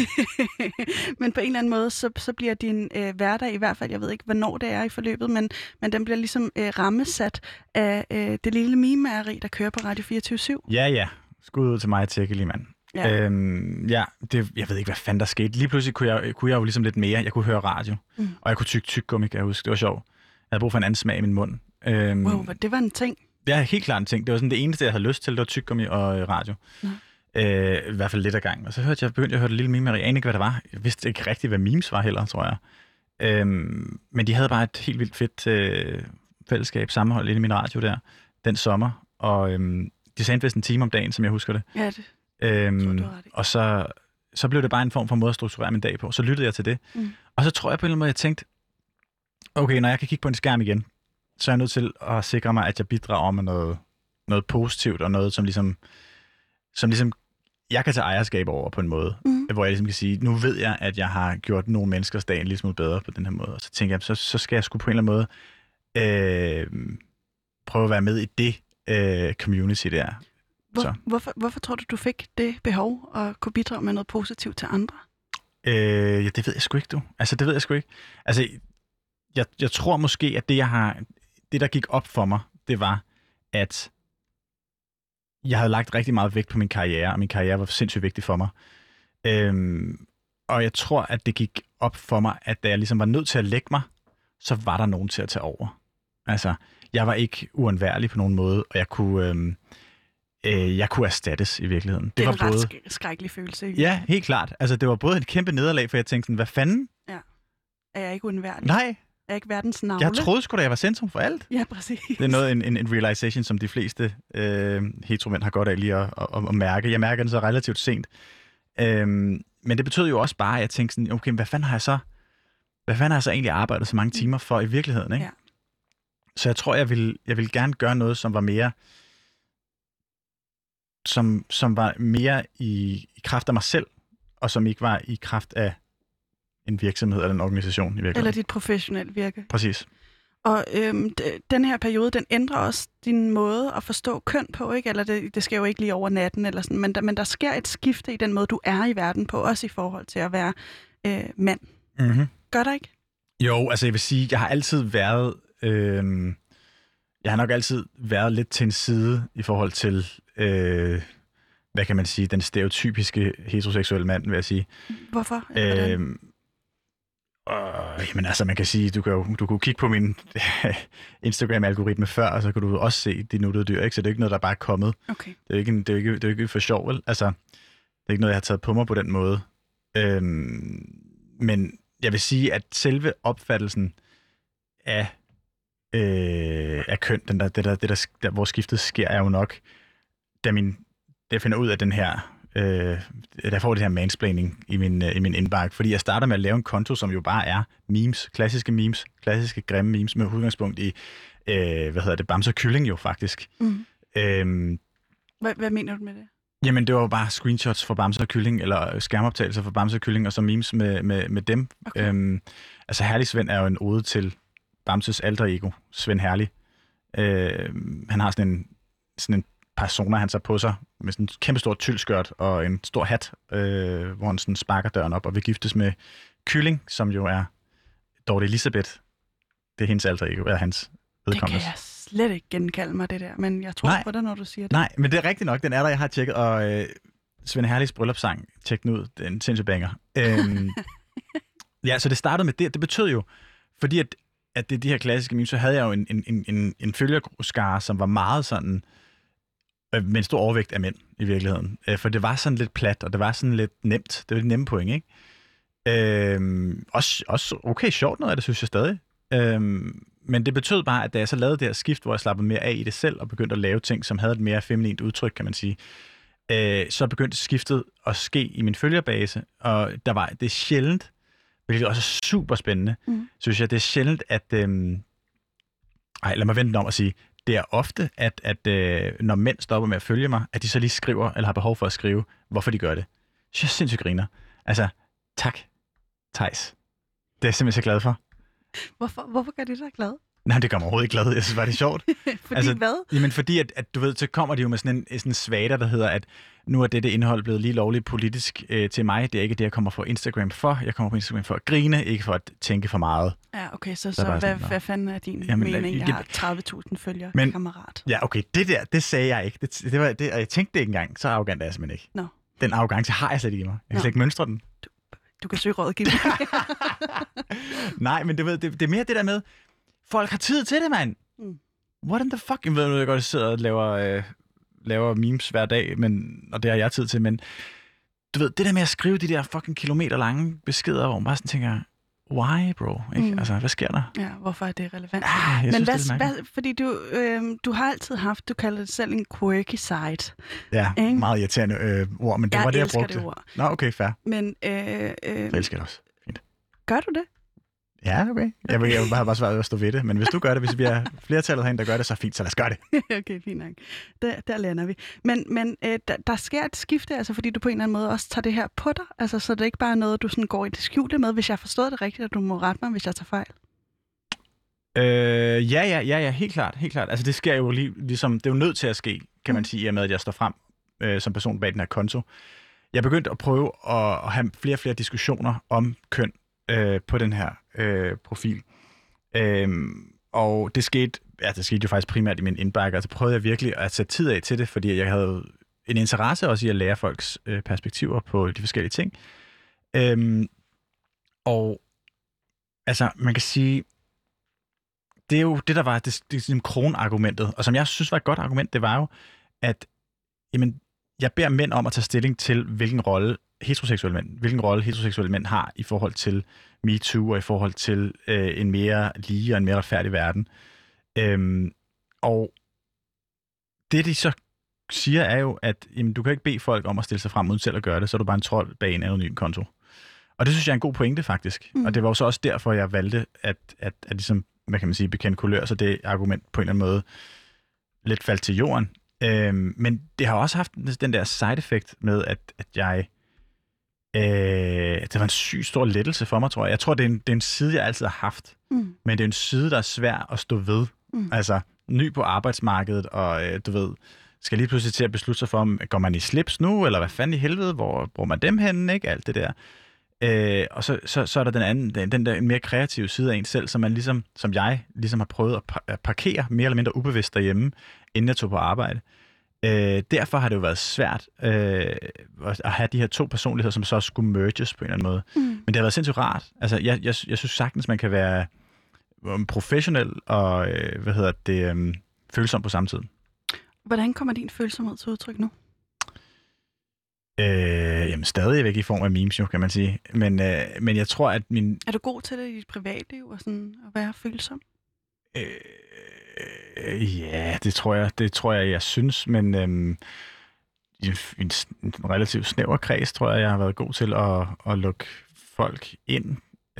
Men på en eller anden måde, så bliver din hverdag, i hvert fald, jeg ved ikke, hvornår det er i forløbet, men den bliver ligesom rammesat af det lille mimemageri, der kører på Radio 24/7. Ja. Skud ud til mig og Tjekke lige, mand. Ja. Jeg ved ikke, hvad fanden der skete. Lige pludselig kunne jeg jo ligesom lidt mere. Jeg kunne høre radio, og jeg kunne tyggegummi, kan jeg huske. Det var sjovt. Jeg havde brug for en anden smag i min mund. Wow, det var en ting. Det er helt klart en ting. Det var sådan det eneste, jeg havde lyst til, det var tyggegummi og radio. I hvert fald lidt ad gang. Og så begyndte jeg at høre det lille meme, og jeg anede ikke, hvad det var. Jeg vidste ikke rigtigt, hvad memes var heller, tror jeg. Men de havde bare et helt vildt fedt fællesskab, sammenhold inde i min radio der, den sommer. Og de sendte vist en time om dagen, som jeg husker det. Ja, det. Og så blev det bare en form for måde at strukturere min dag på. Så lyttede jeg til det. Og så tror jeg på en eller anden måde, jeg tænkte, okay, når jeg kan kigge på en skærm igen, så er jeg nødt til at sikre mig, at jeg bidrager med noget positivt, og noget, som ligesom jeg kan tage ejerskab over på en måde, hvor jeg ligesom kan sige, nu ved jeg, at jeg har gjort nogle menneskers dag en lille smule bedre på den her måde. Og så tænker jeg, så skal jeg sgu på en eller anden måde prøve at være med i det community der. Hvorfor tror du fik det behov at kunne bidrage med noget positivt til andre? Ja, det ved jeg sgu ikke, du. Altså, det ved jeg sgu ikke. Altså, jeg tror måske, at det, der gik op for mig, det var, at jeg havde lagt rigtig meget vægt på min karriere, og min karriere var sindssygt vigtig for mig. Og jeg tror, at det gik op for mig, at da jeg ligesom var nødt til at lægge mig, så var der nogen til at tage over. Altså, jeg var ikke uundværlig på nogen måde, og jeg kunne erstattes i virkeligheden. Det var en ret skrækkelig følelse. Ja, helt klart. Altså, det var både et kæmpe nederlag, for jeg tænkte sådan, hvad fanden? Ja. Er jeg ikke uundværlig? Nej. Er ikke verdens navle? Jeg troede sgu da, jeg var centrum for alt. Ja, præcis. Det er noget, en realization, som de fleste heteromænd har godt af lige at mærke. Jeg mærker den så relativt sent. Men det betød jo også bare, at jeg tænkte sådan, okay, hvad fanden har jeg så egentlig arbejdet så mange timer for i virkeligheden, ikke? Ja. Så jeg tror, jeg vil gerne gøre noget, som var mere som var mere i kraft af mig selv, og som ikke var i kraft af en virksomhed eller en organisation i virkeligheden. Eller dit professionelle virke. Præcis. Og den her periode, den ændrer også din måde at forstå køn på, ikke? Eller det sker jo ikke lige over natten, eller sådan, men der sker et skifte i den måde, du er i verden på, også i forhold til at være mand. Mm-hmm. Gør der ikke? Jo, altså jeg vil sige, jeg har altid været... jeg har nok altid været lidt til en side i forhold til, hvad kan man sige, den stereotypiske heteroseksuelle mand, vil jeg sige. Hvorfor? Jamen altså, man kan sige, du kunne kigge på min Instagram-algoritme før, og så kunne du også se de nuttede dyr, ikke? Så det er ikke noget, der bare er kommet. Okay. Det er jo ikke for sjov, vel? Altså, det er ikke noget, jeg har taget på mig på den måde. Men jeg vil sige, at selve opfattelsen af køn, hvor skiftet sker, er jo nok, da jeg finder ud af den her, da jeg får det her mansplaining i min indbakke, fordi jeg starter med at lave en konto, som jo bare er memes, klassiske grimme memes med udgangspunkt i, Bamse og Kylling jo faktisk. Mm. Hvad mener du med det? Jamen, det var jo bare screenshots fra Bamse og Kylling, eller skærmoptagelser fra Bamse og Kylling, og så memes med dem. Okay. Altså, Herlig Svend er jo en ode til Bamses alter ego, Svend Herlig. Han har sådan en persona, han tager på sig, med sådan en kæmpe stor tyldskørt og en stor hat, hvor han sådan sparker døren op og vil giftes med Kylling, som jo er Dorte Elisabeth. Det er hendes alter ego, eller hans vedkommende. Det kan jeg slet ikke genkalde mig, det der, men jeg tror på det, når du siger det. Nej, men det er rigtigt nok, den er der, jeg har tjekket, og Svend Herligs bryllupssang, tjek den ud, det er en sindssyg banger. Ja, så det startede med det. Det betød jo, fordi at det er de her klassiske memes, så havde jeg jo en følgerskare, som var meget sådan, med en stor overvægt af mænd i virkeligheden. For det var sådan lidt plat, og det var sådan lidt nemt. Det var de nemme point, ikke? Også okay sjovt noget af det, synes jeg stadig. Men det betød bare, at da jeg så lavede det her skift, hvor jeg slappede mere af i det selv, og begyndte at lave ting, som havde et mere feminint udtryk, kan man sige, så begyndte skiftet at ske i min følgerbase, og det er sjældent, hvilket også er super spændende, synes jeg, det er sjældent, at... lad mig vente om at sige, det er ofte, at når mænd stopper med at følge mig, at de så lige skriver, eller har behov for at skrive, hvorfor de gør det. Så jeg sindssygt griner. Altså, tak, Theis. Det er jeg simpelthen så glad for. Hvorfor gør det dig glad? Nej, det gør mig overhovedet ikke glad. Jeg synes bare, det er sjovt. Fordi hvad? Jamen, fordi at du ved, så kommer de jo med sådan en svater, der hedder, at nu er dette indhold blevet lige lovligt politisk til mig. Det er ikke det, jeg kommer på Instagram for. Jeg kommer på Instagram for at grine, ikke for at tænke for meget. Ja, okay, så hvad fanden er din mening? Jeg har 30.000 følgere, kammerat. Ja, okay, det sagde jeg ikke. Det var det, og jeg tænkte det ikke engang. Så arrogant er jeg simpelthen ikke. No. Den arrogance har jeg slet ikke i mig. Jeg kan slet ikke mønstre den. Du kan søge rådgivning. Nej, men det er mere det der med, folk har tid til det, mand. What in the fuck? Jeg ved, jeg godt sidder og laver memes hver dag, og det har jeg tid til, men du ved, det der med at skrive de der fucking kilometer lange beskeder, hvor man bare sådan tænker, why, bro? Ikke? Altså, hvad sker der? Ja, hvorfor er det relevant? Men synes, fordi du har altid haft, du kalder det selv en quirky side. Ja, ikke? Meget irriterende ord, men det var det, jeg brugte. Det ord. Nå, okay, fair. Men, jeg elsker det også. Fint. Gør du det? Ja, okay. Jeg vil bare svært at stå ved det, men hvis du gør det, hvis vi er flertallet herinde, der gør det, så fint, så lad os gøre det. Okay, fint nok. Der lander vi. Men der sker et skifte, altså fordi du på en eller anden måde også tager det her på dig, altså så det er ikke bare noget, du sådan går i det skjulte med, hvis jeg har forstået det rigtigt, og du må rette mig, hvis jeg tager fejl. Ja, helt klart. Altså det sker jo ligesom, det er jo nødt til at ske, kan man sige, i og med, at jeg står frem som person bag den her konto. Jeg begyndte at prøve at have flere og flere diskussioner om køn på den her profil. Og det skete jo faktisk primært i min indbakke, og så prøvede jeg virkelig at sætte tid af til det, fordi jeg havde en interesse også i at lære folks perspektiver på de forskellige ting. Og altså, man kan sige, det er jo det, der var det kronargumentet, og som jeg synes var et godt argument, det var jo, at jamen, jeg beder mænd om at tage stilling til, hvilken rolle heteroseksuelle mænd har i forhold til MeToo og i forhold til en mere lige og en mere retfærdig verden. Og det, de så siger, er jo, at jamen, du kan ikke bede folk om at stille sig frem uden selv at gøre det, så er du bare en trold bag en anonym konto. Og det synes jeg er en god pointe, faktisk. Og det var jo så også derfor, jeg valgte at ligesom, hvad kan man sige, bekende kulør, så det argument på en eller anden måde lidt faldt til jorden. Men det har også haft den der side effect med, at jeg Det var en sygt stor lettelse for mig, tror jeg. Jeg tror, det er en side, jeg altid har haft. Men det er en side, der er svær at stå ved. Altså, ny på arbejdsmarkedet, og du ved, skal lige pludselig til at beslutte sig for, om går man i slips nu, eller hvad fanden i helvede, hvor bruger man dem henne, ikke? Alt det der. Og så er der den anden, den der mere kreative side af en selv, som jeg har prøvet at parkere mere eller mindre ubevidst derhjemme, inden jeg tog på arbejde. Derfor har det jo været svært at have de her to personligheder, som så skulle merges på en eller anden måde. Men det har været sindssygt rart. Altså, jeg synes sagtens, man kan være professionel og følsom på samme tid. Hvordan kommer din følsomhed til udtryk nu? Jamen stadigvæk i form af memes, jo, kan man sige. Men jeg tror, at min... Er du god til det i dit privatliv og sådan at være følsom? Ja, det tror jeg synes, men i en relativt snæver kreds, tror jeg har været god til at lukke folk ind.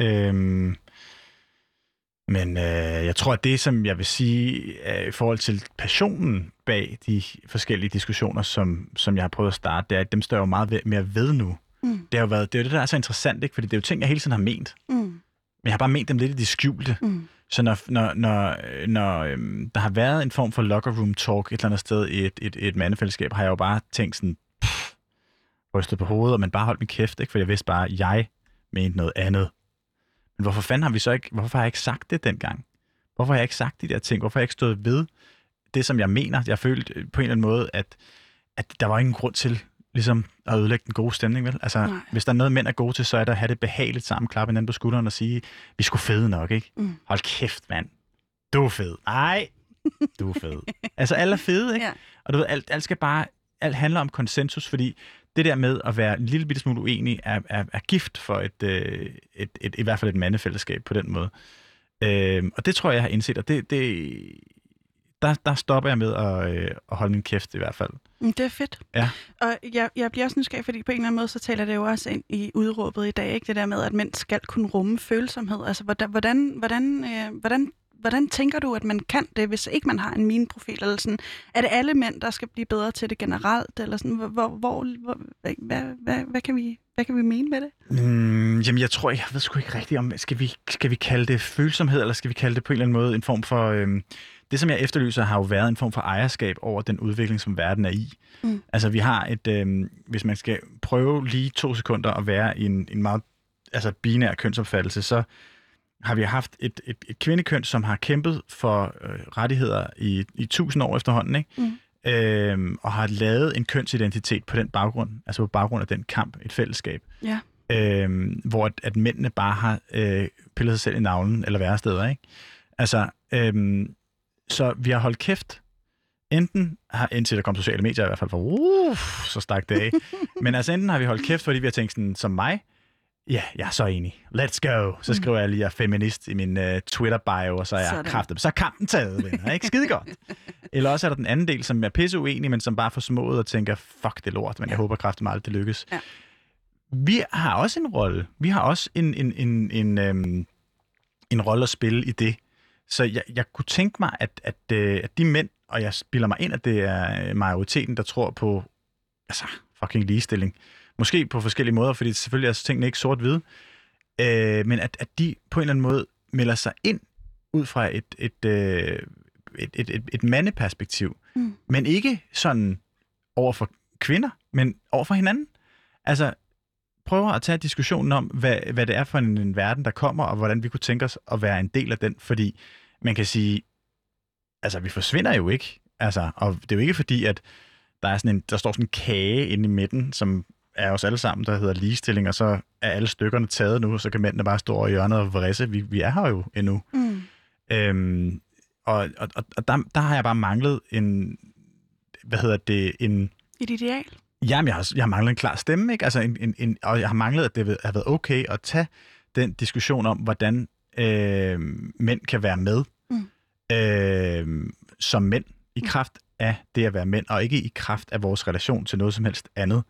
Men jeg tror, at det, som jeg vil sige i forhold til passionen bag de forskellige diskussioner, som jeg har prøvet at starte, det er, at dem står jo meget mere ved nu. Det er jo det, der er så interessant, ikke? Fordi det er jo ting, jeg hele tiden har ment. Men jeg har bare ment dem lidt i det skjulte. Så når der har været en form for locker room talk et eller andet sted i et mandefællesskab, har jeg jo bare tænkt sådan, rystet på hovedet, og man bare holdt min kæft, ikke? For jeg vidste bare, at jeg mente noget andet. Men hvorfor har jeg ikke sagt det dengang? Hvorfor har jeg ikke sagt de der ting? Hvorfor har jeg ikke stået ved det, som jeg mener? Jeg følte på en eller anden måde, at der var ingen grund til ligesom at ødelægge den gode stemning, vel? Altså, hvis der er noget, mænd er gode til, så er der at have det behageligt sammen, klappe hinanden på skulderen og sige, vi skulle fede nok, ikke? Hold kæft, mand. Du er fed. Ej, du er fed. Altså, alle er fede, ikke? Ja. Og du ved, alt handler om konsensus, fordi det der med at være en lille bitte smule uenig er gift for i hvert fald et mandefællesskab på den måde. Og det tror jeg har indset, og der stopper jeg med at holde min kæft i hvert fald. Det er fedt. Ja. Og jeg bliver også nysgerrig, fordi på en eller anden måde, så taler det jo også ind i udråbet i dag, ikke? Det der med, at mænd skal kunne rumme følsomhed. Altså, hvordan tænker du, at man kan det, hvis ikke man har en mine-profil? Eller sådan? Er det alle mænd, der skal blive bedre til det generelt? Eller sådan? Hvad kan vi mene med det? Jamen, jeg ved sgu ikke rigtigt om, skal vi kalde det følsomhed, eller skal vi kalde det på en eller anden måde en form for... Det, som jeg efterlyser, har jo været en form for ejerskab over den udvikling, som verden er i. Altså, vi har hvis man skal prøve lige 2 sekunder at være i en meget binær kønsopfattelse, så har vi haft et kvindekøn, som har kæmpet for rettigheder i 1000 år efterhånden, ikke? Og har lavet en kønsidentitet på den baggrund, altså på baggrund af den kamp, et fællesskab. Ja. Hvor at mændene bare har pillet sig selv i navlen, eller værre steder, ikke? Altså, så vi har holdt kæft, indtil der kom sociale medier i hvert fald, så stak det af. Men altså, enten har vi holdt kæft, fordi vi har tænkt sådan, som mig, ja, jeg er så enig. Let's go. Så skriver jeg lige, at jeg er feminist i min Twitter-bio, og så er jeg kraftet. Så er kampen taget, venner. Ikke? Skide godt. Eller også er der den anden del, som er pisse uenig, men som bare får smået og tænker, fuck det lort, men jeg håber kraftigt meget, det lykkes. Ja. Vi har også en rolle. Vi har også en rolle at spille i det. Så jeg kunne tænke mig, at de mænd, og jeg spiller mig ind, at det er majoriteten, der tror på fucking ligestilling. Måske på forskellige måder, fordi selvfølgelig er tingene ikke sort-hvide, men at de på en eller anden måde melder sig ind ud fra et mandeperspektiv, men ikke sådan over for kvinder, men over for hinanden. Altså, prøver at tage diskussionen om, hvad det er for en verden, der kommer, og hvordan vi kunne tænke os at være en del af den, fordi man kan sige, altså, vi forsvinder jo ikke, altså, og det er jo ikke fordi, at der står sådan en kage inde i midten, som er os alle sammen, der hedder ligestilling, og så er alle stykkerne taget nu, og så kan mændene bare stå over i hjørnet og vrisse. Vi er her jo endnu. Og der har jeg bare manglet et ideal? Jamen, jeg har manglet en klar stemme, ikke? Altså og jeg har manglet, at det har været okay at tage den diskussion om, hvordan mænd kan være med som mænd i kraft af det at være mænd, og ikke i kraft af vores relation til noget som helst andet.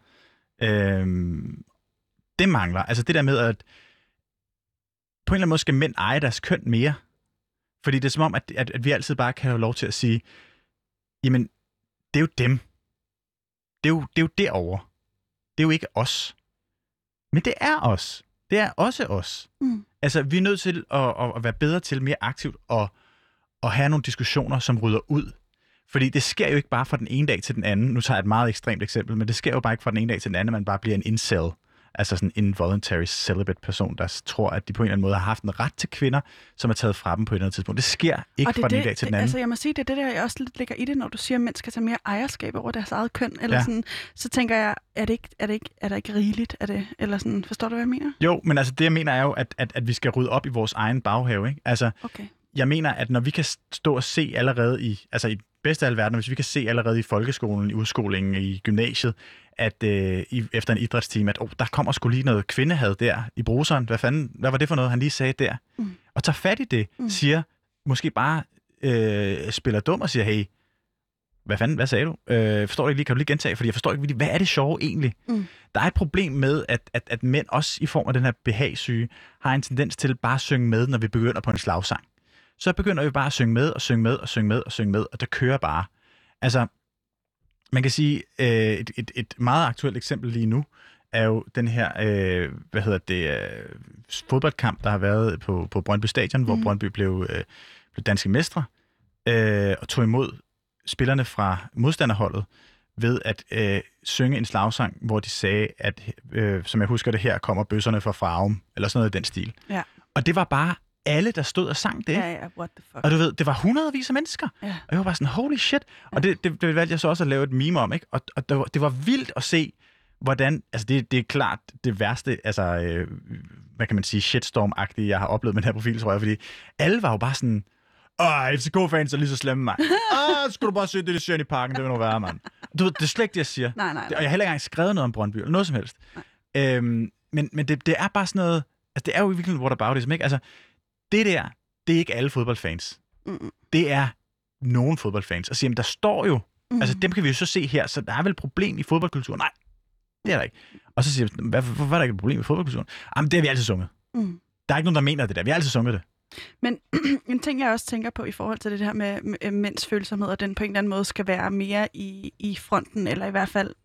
Det mangler. Altså det der med, at på en eller anden måde skal mænd eje deres køn mere. Fordi det er som om, at vi altid bare kan have lov til at sige, jamen, det er jo dem. Det er jo derovre. Det er jo ikke os. Men det er os. Det er også os. Altså, vi er nødt til at være bedre til mere aktivt og have nogle diskussioner, som rydder ud. Fordi det sker jo ikke bare fra den ene dag til den anden. Nu tager jeg et meget ekstremt eksempel, men det sker jo bare ikke fra den ene dag til den anden, man bare bliver en incel. Altså sådan en involuntary celibate person, der tror, at de på en eller anden måde har haft en ret til kvinder, som er taget fra dem på et eller andet tidspunkt. Det sker ikke fra den ene dag til den anden. Altså jeg må sige, det er det der, jeg også lidt ligger i det, når du siger, at mænd skal tage mere ejerskab over deres eget køn, eller sådan, så tænker jeg, er der ikke rigeligt af det? Eller sådan, forstår du, hvad jeg mener? Jo, men altså det, jeg mener er jo, at vi skal rydde op i vores egen baghave, ikke? Altså, jeg mener, at når vi kan stå og se allerede i bedste af alle verden, hvis vi kan se allerede i folkeskolen, i udskolingen, i gymnasiet, at efter en idrætstime, at der kommer sgu lige noget kvindehad der i bruseren. Hvad var det for noget, han lige sagde der? Og tager fat i det, siger, måske bare spiller dum og siger, hey, hvad sagde du? Forstår du ikke lige? Kan du lige gentage? Fordi jeg forstår ikke, hvad er det sjove egentlig? Der er et problem med, at mænd også i form af den her behagsyge, har en tendens til bare at synge med, når vi begynder på en slagsang. Så begynder vi bare at synge med, og synge med, og synge med, og synge med, og det kører bare. Altså, man kan sige, et meget aktuelt eksempel lige nu, er jo den her, fodboldkamp, der har været på Brøndby Stadion, hvor Brøndby blev danske mestre, og tog imod spillerne fra modstanderholdet ved at synge en slagsang, hvor de sagde, at, som jeg husker det her, kommer bøsserne fra Farum, eller sådan noget i den stil. Ja. Og det var bare alle, der stod og sang det. Ja, what the fuck. Og du ved, det var hundredvis af mennesker. Ja. Og jeg var bare sådan, holy shit. Ja. Og det valgte jeg så også at lave et meme om, ikke? Og det var vildt at se, hvordan, altså det er klart det værste, altså, hvad kan man sige, shitstorm-agtige, jeg har oplevet med den her profil, tror jeg, fordi alle var jo bare sådan, FCK-fans er lige så slemme, mand. Skulle du bare se det, de siger i parken, det vil nu være, mand. Du ved, det er slet ikke det, jeg siger. Nej. Og jeg har heller ikke engang skrevet noget om Brøndby, eller noget som helst. Men det er bare sådan noget, altså det er jo i virkeligheden whataboutism, ikke? Altså, det er ikke alle fodboldfans. Det er nogen fodboldfans. Og siger, der står jo, altså dem kan vi jo så se her, så der er vel et problem i fodboldkulturen? Nej, det er der ikke. Og så siger jeg, hvorfor er der ikke et problem i fodboldkulturen? Jamen, det har vi altid sunget. Der er ikke nogen, der mener det der. Vi har altid sunget det. Men en ting, jeg også tænker på i forhold til det her med mænds følsomhed, og den på en eller anden måde skal være mere i fronten, eller i hvert fald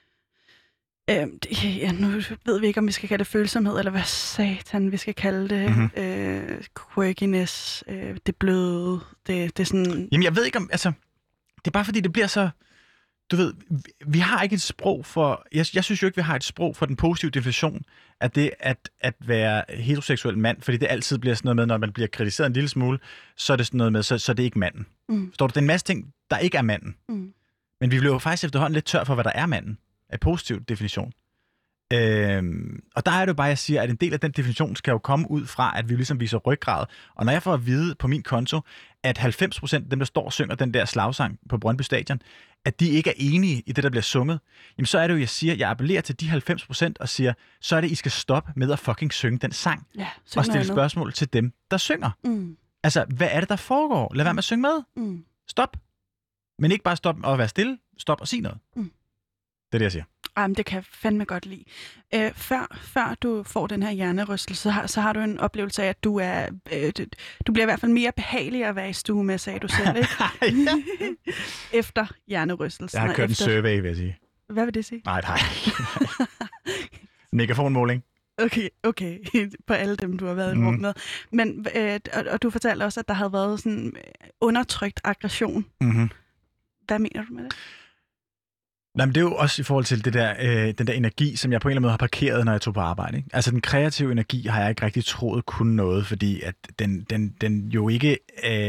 nu ved vi ikke, om vi skal kalde det følsomhed, eller hvad satan vi skal kalde det. Quirkiness, det bløde, det er sådan... Jamen, jeg ved ikke om... Altså, det er bare fordi, det bliver så... Du ved, vi har ikke et sprog for... Jeg synes jo ikke, vi har et sprog for den positive definition af det at være heteroseksuel mand, fordi det altid bliver sådan noget med, når man bliver kritiseret en lille smule, så er det sådan noget med, så er det ikke manden. Forstår du? Det er en masse ting, der ikke er manden. Men vi bliver jo faktisk efterhånden lidt tør for, hvad der er manden. Af positiv definition. Og der er det jo bare, jeg siger, at en del af den definition skal jo komme ud fra, at vi ligesom viser ryggrad. Og når jeg får at vide på min konto, at 90% af dem, der står og synger den der slagsang på Brøndby Stadion, at de ikke er enige i det, der bliver sunget, jamen så er det jo, jeg appellerer til de 90% og siger, så er det, I skal stoppe med at fucking synge den sang. Ja, og stille spørgsmål til dem, der synger. Altså, hvad er det, der foregår? Lad være med at synge med. Stop. Men ikke bare stop og være stille. Stop og sige noget. Det er det, jeg siger. Jamen, det kan jeg fandme godt lide. Før du får den her hjernerystelse, så har du en oplevelse af, at du bliver i hvert fald mere behagelig at være i stue med, sagde du selv, ikke? Efter hjernerystelsen. Jeg har kørt en survey, vil jeg sige. Hvad vil det sige? Nej. Megafonmåling. Okay. På alle dem, du har været i rum med. Men, og du fortalte også, at der havde været sådan undertrykt aggression. Hvad mener du med det? Nej, men det er jo også i forhold til det der, den der energi, som jeg på en eller anden måde har parkeret, når jeg tog på arbejde. Ikke? Altså den kreative energi har jeg ikke rigtig troet kunne noget, fordi at den jo ikke,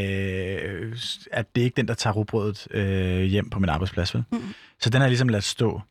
at det er ikke den, der tager rugbrødet hjem på min arbejdsplads. Vel? Så den har jeg ligesom ladt stå.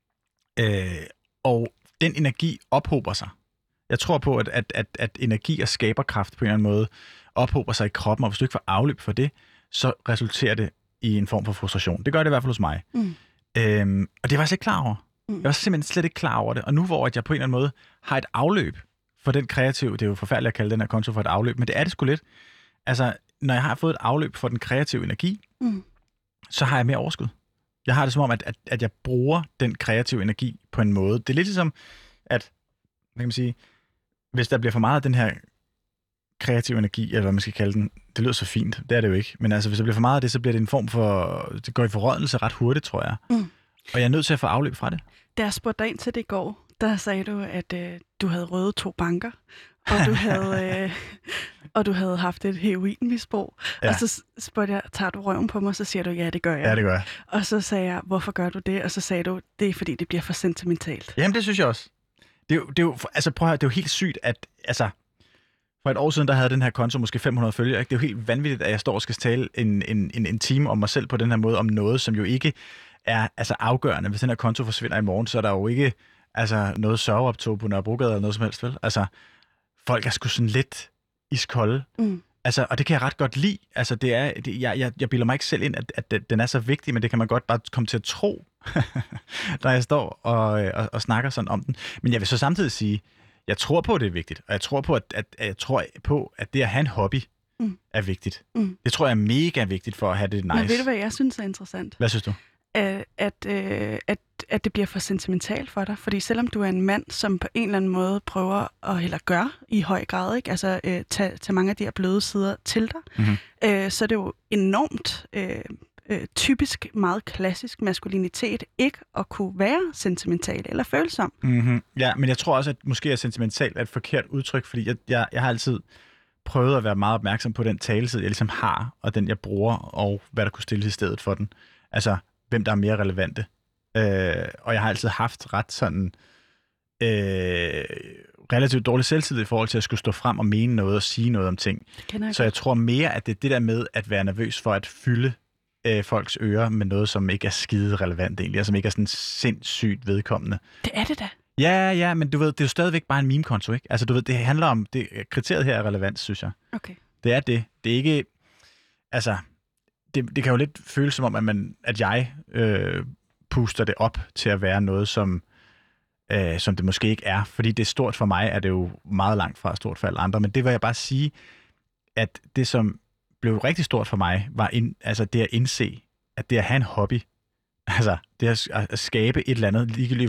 Og den energi ophober sig. Jeg tror på, at energi og skaberkraft på en eller anden måde ophober sig i kroppen, og hvis du ikke får afløb for det, så resulterer det i en form for frustration. Det gør det i hvert fald hos mig. Og det var jeg altså ikke klar over. Jeg var simpelthen slet ikke klar over det. Og nu hvor jeg på en eller anden måde har et afløb for den kreative, det er jo forfærdeligt at kalde den her konto for et afløb, men det er det sgu lidt. Altså, når jeg har fået et afløb for den kreative energi, så har jeg mere overskud. Jeg har det som om, at jeg bruger den kreative energi på en måde. Det er lidt ligesom, at, hvad kan man sige, hvis der bliver for meget af den her kreativ energi, eller hvad man skal kalde den, det lyder så fint, det er det jo ikke, men altså hvis der bliver for meget af det, så bliver det en form for, det går i forrådnelse ret hurtigt, tror jeg. Og jeg er nødt til at få afløb fra det. Da jeg spurgte dig ind til det i går, der sagde du, at du havde røvet 2 banker, og du havde haft et heroinmisbrug. Ja. Og så spurgte jeg, tager du røven på mig? Så siger du, ja, det gør jeg. Ja, det gør jeg. Og så sagde jeg, hvorfor gør du det? Og så sagde du, det er fordi, det bliver for sentimentalt. Jamen, det synes jeg også. Det er jo, altså prøv at høre, det er jo helt sygt, at altså, for et år siden, der havde den her konto måske 500 følgere. Ikke? Det er jo helt vanvittigt, at jeg står og skal tale en time om mig selv på den her måde, om noget, som jo ikke er altså, afgørende. Hvis den her konto forsvinder i morgen, så er der jo ikke altså, noget sørgeoptog på Nørrebrogade eller noget som helst, vel? Altså, folk er sgu sådan lidt iskolde. Altså, og det kan jeg ret godt lide. Altså, jeg bilder mig ikke selv ind, at den er så vigtig, men det kan man godt bare komme til at tro, når jeg står og snakker sådan om den. Men jeg vil så samtidig sige, jeg tror på, at det er vigtigt, og jeg tror på, at det at have en hobby er vigtigt. Det tror jeg er mega vigtigt for at have det nice. Men ved du, hvad jeg synes er interessant? Hvad synes du? At det bliver for sentimentalt for dig. Fordi selvom du er en mand, som på en eller anden måde prøver eller gør i høj grad, ikke? Altså tage mange af de her bløde sider til dig, så er det jo enormt typisk meget klassisk maskulinitet ikke at kunne være sentimental eller følsom. Ja, men jeg tror også, at måske er sentimental et forkert udtryk, fordi jeg har altid prøvet at være meget opmærksom på den taletid, jeg ligesom har, og den jeg bruger, og hvad der kunne stilles i stedet for den. Altså, hvem der er mere relevante. Og jeg har altid haft ret sådan relativt dårlig selvtillid i forhold til at skulle stå frem og mene noget og sige noget om ting. Så jeg tror mere, at det er det der med at være nervøs for at fylde folks ører med noget, som ikke er skide relevant egentlig, og som ikke er sådan sindssygt vedkommende. Det er det da. Ja, men du ved, det er jo stadigvæk bare en meme-konto, ikke? Altså, du ved, det handler om, kriteriet her er relevant, synes jeg. Okay. Det er det. Det er ikke, altså, det kan jo lidt føles som om, at jeg puster det op til at være noget, som det måske ikke er. Fordi det er stort for mig, er det jo meget langt fra stort for alle andre. Men det vil jeg bare sige, at det, som blev rigtig stort for mig, var altså det at indse, at det at have en hobby, altså det at skabe et eller andet,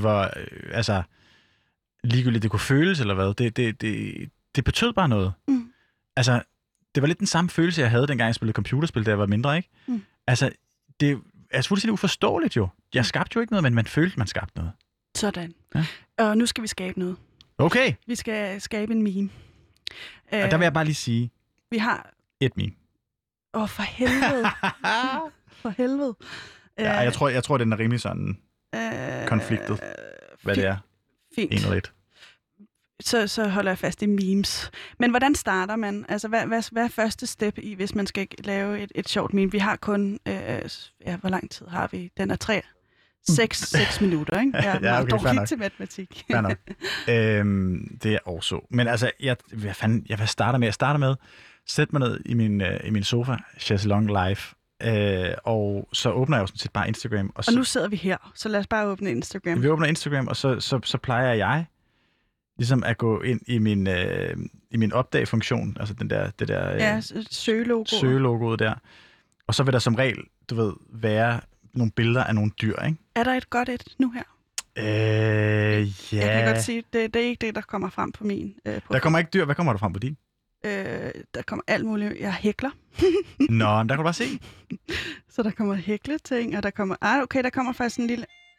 ligegyldigt det kunne føles eller hvad, det betød bare noget. Altså, det var lidt den samme følelse, jeg havde, dengang jeg spillede computerspil, da jeg var mindre, ikke? Altså, det er fuldstændig uforståeligt jo. Jeg skabte jo ikke noget, men man følte, man skabte noget. Sådan. Ja. Og nu skal vi skabe noget. Okay. Vi skal skabe en meme. Og der vil jeg bare lige sige, vi har et meme. For helvede. For helvede. Ja, jeg tror, den er rimelig sådan konfliktet, hvad det er. Fint. En eller et. Så holder jeg fast i memes. Men hvordan starter man? Altså, hvad er første step i, hvis man skal lave et sjovt meme? Vi har kun, hvor lang tid har vi? Den er 6 minutter, ikke? Jeg er meget dårlig til matematik. Det er også. Men altså, hvad starter med? Jeg starter med, sæt mig ned i min sofa, chaiselong live, og så åbner jeg jo sådan set bare Instagram. Og nu sidder vi her, så lad os bare åbne Instagram. Vi åbner Instagram, og så plejer jeg ligesom at gå ind i min opdag-funktion, altså det der søgelogoet der. Og så vil der som regel, du ved, være nogle billeder af nogle dyr, ikke? Er der et godt et nu her? Ja. Jeg kan godt sige, det er ikke det, der kommer frem på min. Der kommer ikke dyr. Hvad kommer der frem på din? Der kommer alt muligt. Jeg hækler. Nå, der kan du bare se. Så der kommer hækleting, og der kommer... der kommer faktisk en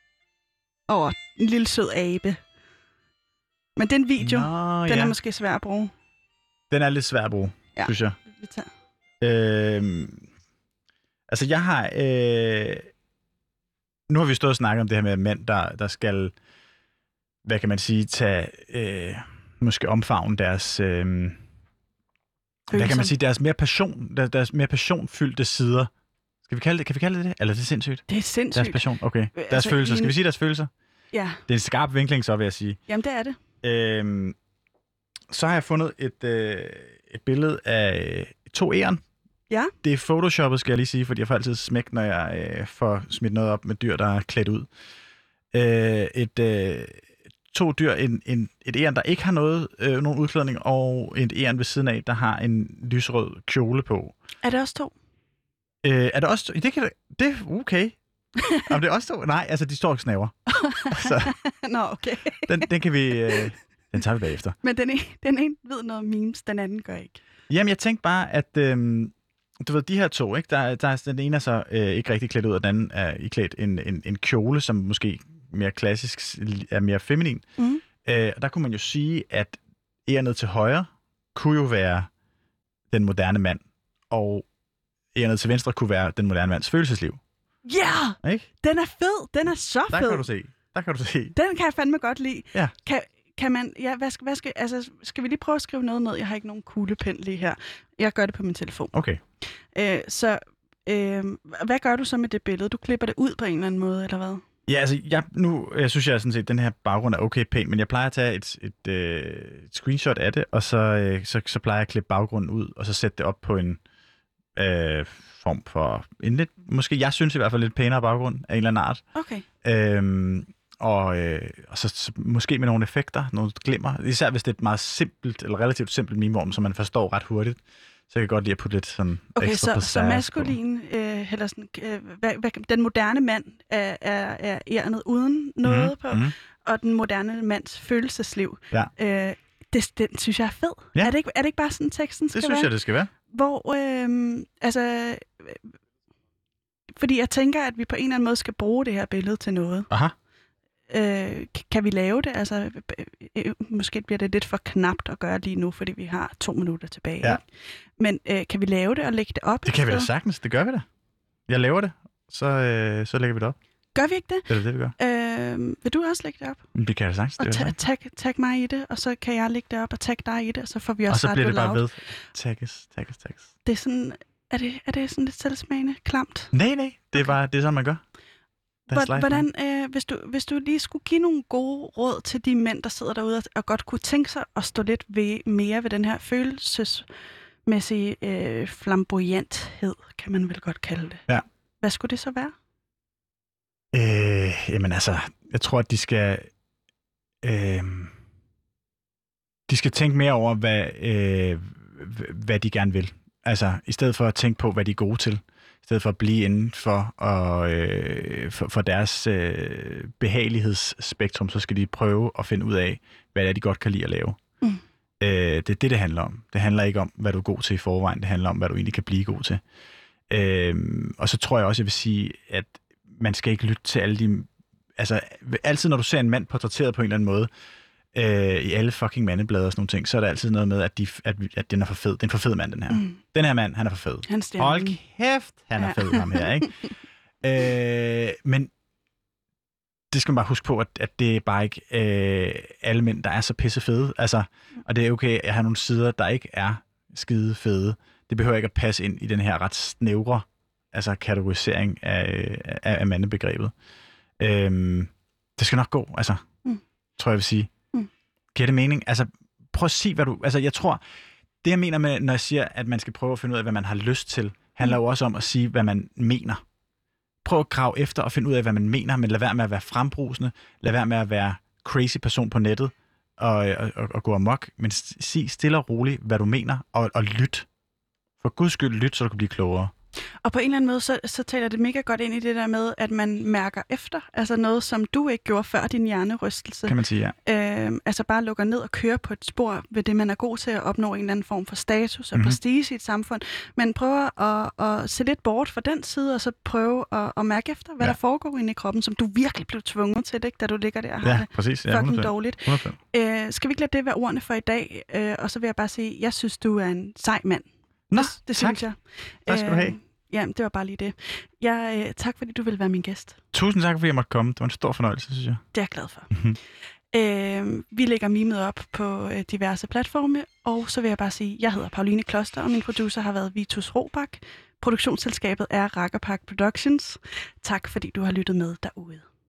lille sød abe. Men den video, den er måske svær at bruge. Den er lidt svær at bruge, synes jeg. Altså, jeg har... nu har vi stået og snakket om det her med mænd, der skal, hvad kan man sige, tage måske omfavne deres... hvad kan man sige, deres mere passionfyldte sider. Kan vi kalde det det? Eller er det sindssygt? Det er sindssygt. Deres passion, okay. Deres følelser. Skal vi sige deres følelser? Ja. Det er en skarp vinkling, så vil jeg sige. Jamen, det er det. Så har jeg fundet et billede af 2 egern. Ja. Det er photoshoppet, skal jeg lige sige, fordi jeg får altid smæk, når jeg får smidt noget op med dyr, der er klædt ud. 2 dyr, et egern, der ikke har nogen udklædning, og et egern ved siden af, der har en lysrød kjole på. Er det også 2? Er det også 2? Det er okay. Om det er også 2? Nej, altså de står og snaver. Nå, okay. Den kan vi... den tager vi bagefter. Men den ene ved noget memes, den anden gør ikke. Jamen, jeg tænkte bare, at... du ved, de her 2, ikke? Der er den ene er så ikke rigtig klædt ud, og den anden er iklædt en kjole, som måske mere klassisk er mere feminin. Og der kunne man jo sige, at ned til højre kunne jo være den moderne mand, og ned til venstre kunne være den moderne mands følelsesliv. Ja! Yeah! Den er fed! Den er så fed! Der kan du se. Den kan jeg fandme godt lide. Ja. Kan man... Ja, skal vi lige prøve at skrive noget ned? Jeg har ikke nogen kuglepen lige her. Jeg gør det på min telefon. Okay. Hvad gør du så med det billede? Du klipper det ud på en eller anden måde, eller hvad? Ja, altså, jeg synes sådan set, at den her baggrund er okay pæn, men jeg plejer at tage et screenshot af det, og så plejer jeg at klippe baggrunden ud, og så sætte det op på en form for en lidt, måske jeg synes i hvert fald lidt pænere baggrund af en eller anden art. Okay. Og så måske med nogle effekter, nogle glimmer, især hvis det er et meget simpelt, eller relativt simpelt meme-vorm, som man forstår ret hurtigt. Så jeg kan godt lide at putte lidt sådan ekstra så maskulin, eller sådan, den moderne mand er ærnet uden noget på, og den moderne mands følelsesliv. Ja. Den synes jeg er fed. Ja. Er det ikke bare sådan, teksten skal være? Det synes jeg, det skal være. Hvor, fordi jeg tænker, at vi på en eller anden måde skal bruge det her billede til noget. Aha. Kan vi lave det? Altså, måske bliver det lidt for knapt at gøre lige nu, fordi vi har 2 minutter tilbage. Ja. Men kan vi lave det og lægge det op? Det kan vi da sagtens. Det gør vi da. Jeg laver det, så lægger vi det op. Gør vi ikke det? Det er det, vi gør. Vil du også lægge det op? Det kan jeg da sagtens. Og tag mig i det, og så kan jeg lægge det op og tag dig i det, og så får vi også og så bliver det bare loud. ved. Tagges. Det er sådan... Er det sådan lidt selvsmagende? Klamt? Nej. Det er sådan, man gør. Hvordan, hvis du lige skulle give nogle gode råd til de mænd, der sidder derude og godt kunne tænke sig at stå lidt mere ved den her følelsesmæssige flamboyanthed, kan man vel godt kalde det. Ja. Hvad skulle det så være? Jamen altså, jeg tror, at de skal tænke mere over, hvad de gerne vil. Altså, i stedet for at tænke på, hvad de er gode til. I stedet for at blive inden for, for deres behagelighedsspektrum, så skal de prøve at finde ud af, hvad det er, de godt kan lide at lave. Det er det handler om. Det handler ikke om, hvad du er god til i forvejen. Det handler om, hvad du egentlig kan blive god til. Og så tror jeg også, jeg vil sige, at man skal ikke lytte til alle de... Altså, altid når du ser en mand portrætteret på en eller anden måde, i alle fucking mandeblade og sådan nogle ting, så er der altid noget med, at den er for fed. Det er en for fed mand, den her. Den her mand, han er for fed. Hold kæft, han er fed, ham her, ikke? Men det skal man bare huske på, at det er bare ikke alle mænd, der er så pisse fede. Altså, og det er okay at have nogle sider, der ikke er skide fede. Det behøver ikke at passe ind i den her ret snævre kategorisering af mandebegrebet. Det skal nok gå, altså. Tror jeg vil sige. Giver det mening? Altså, prøv at sige, hvad du... Altså, jeg tror, det jeg mener med, når jeg siger, at man skal prøve at finde ud af, hvad man har lyst til, handler jo også om at sige, hvad man mener. Prøv at grave efter og finde ud af, hvad man mener, men lad være med at være frembrusende, lad være med at være crazy person på nettet og gå amok, men sig stille og roligt, hvad du mener, og lyt. For guds skyld, lyt, så du kan blive klogere. Og på en eller anden måde, så taler det mega godt ind i det der med, at man mærker efter. Altså noget, som du ikke gjorde før din hjernerystelse. Kan man sige, ja. Altså bare lukker ned og kører på et spor ved det, man er god til at opnå en eller anden form for status og prestige i et samfund. Men prøver at se lidt bort fra den side, og så prøve at mærke efter, hvad der foregår inde i kroppen, som du virkelig blev tvunget til, ikke, da du ligger der og har det præcis. fucking dårligt. 100%. Skal vi ikke lade det være ordene for i dag? Og så vil jeg bare sige, jeg synes, du er en sej mand. Nå, det synes jeg. Tak skal du have. Ja, det var bare lige det. Tak, fordi du ville være min gæst. Tusind tak, fordi jeg måtte komme. Det var en stor fornøjelse, synes jeg. Det er jeg glad for. Vi lægger memet op på diverse platforme, og så vil jeg bare sige, jeg hedder Pauline Kloster, og min producer har været Vitus Robak. Produktionsselskabet er Rakkerpark Productions. Tak, fordi du har lyttet med derude.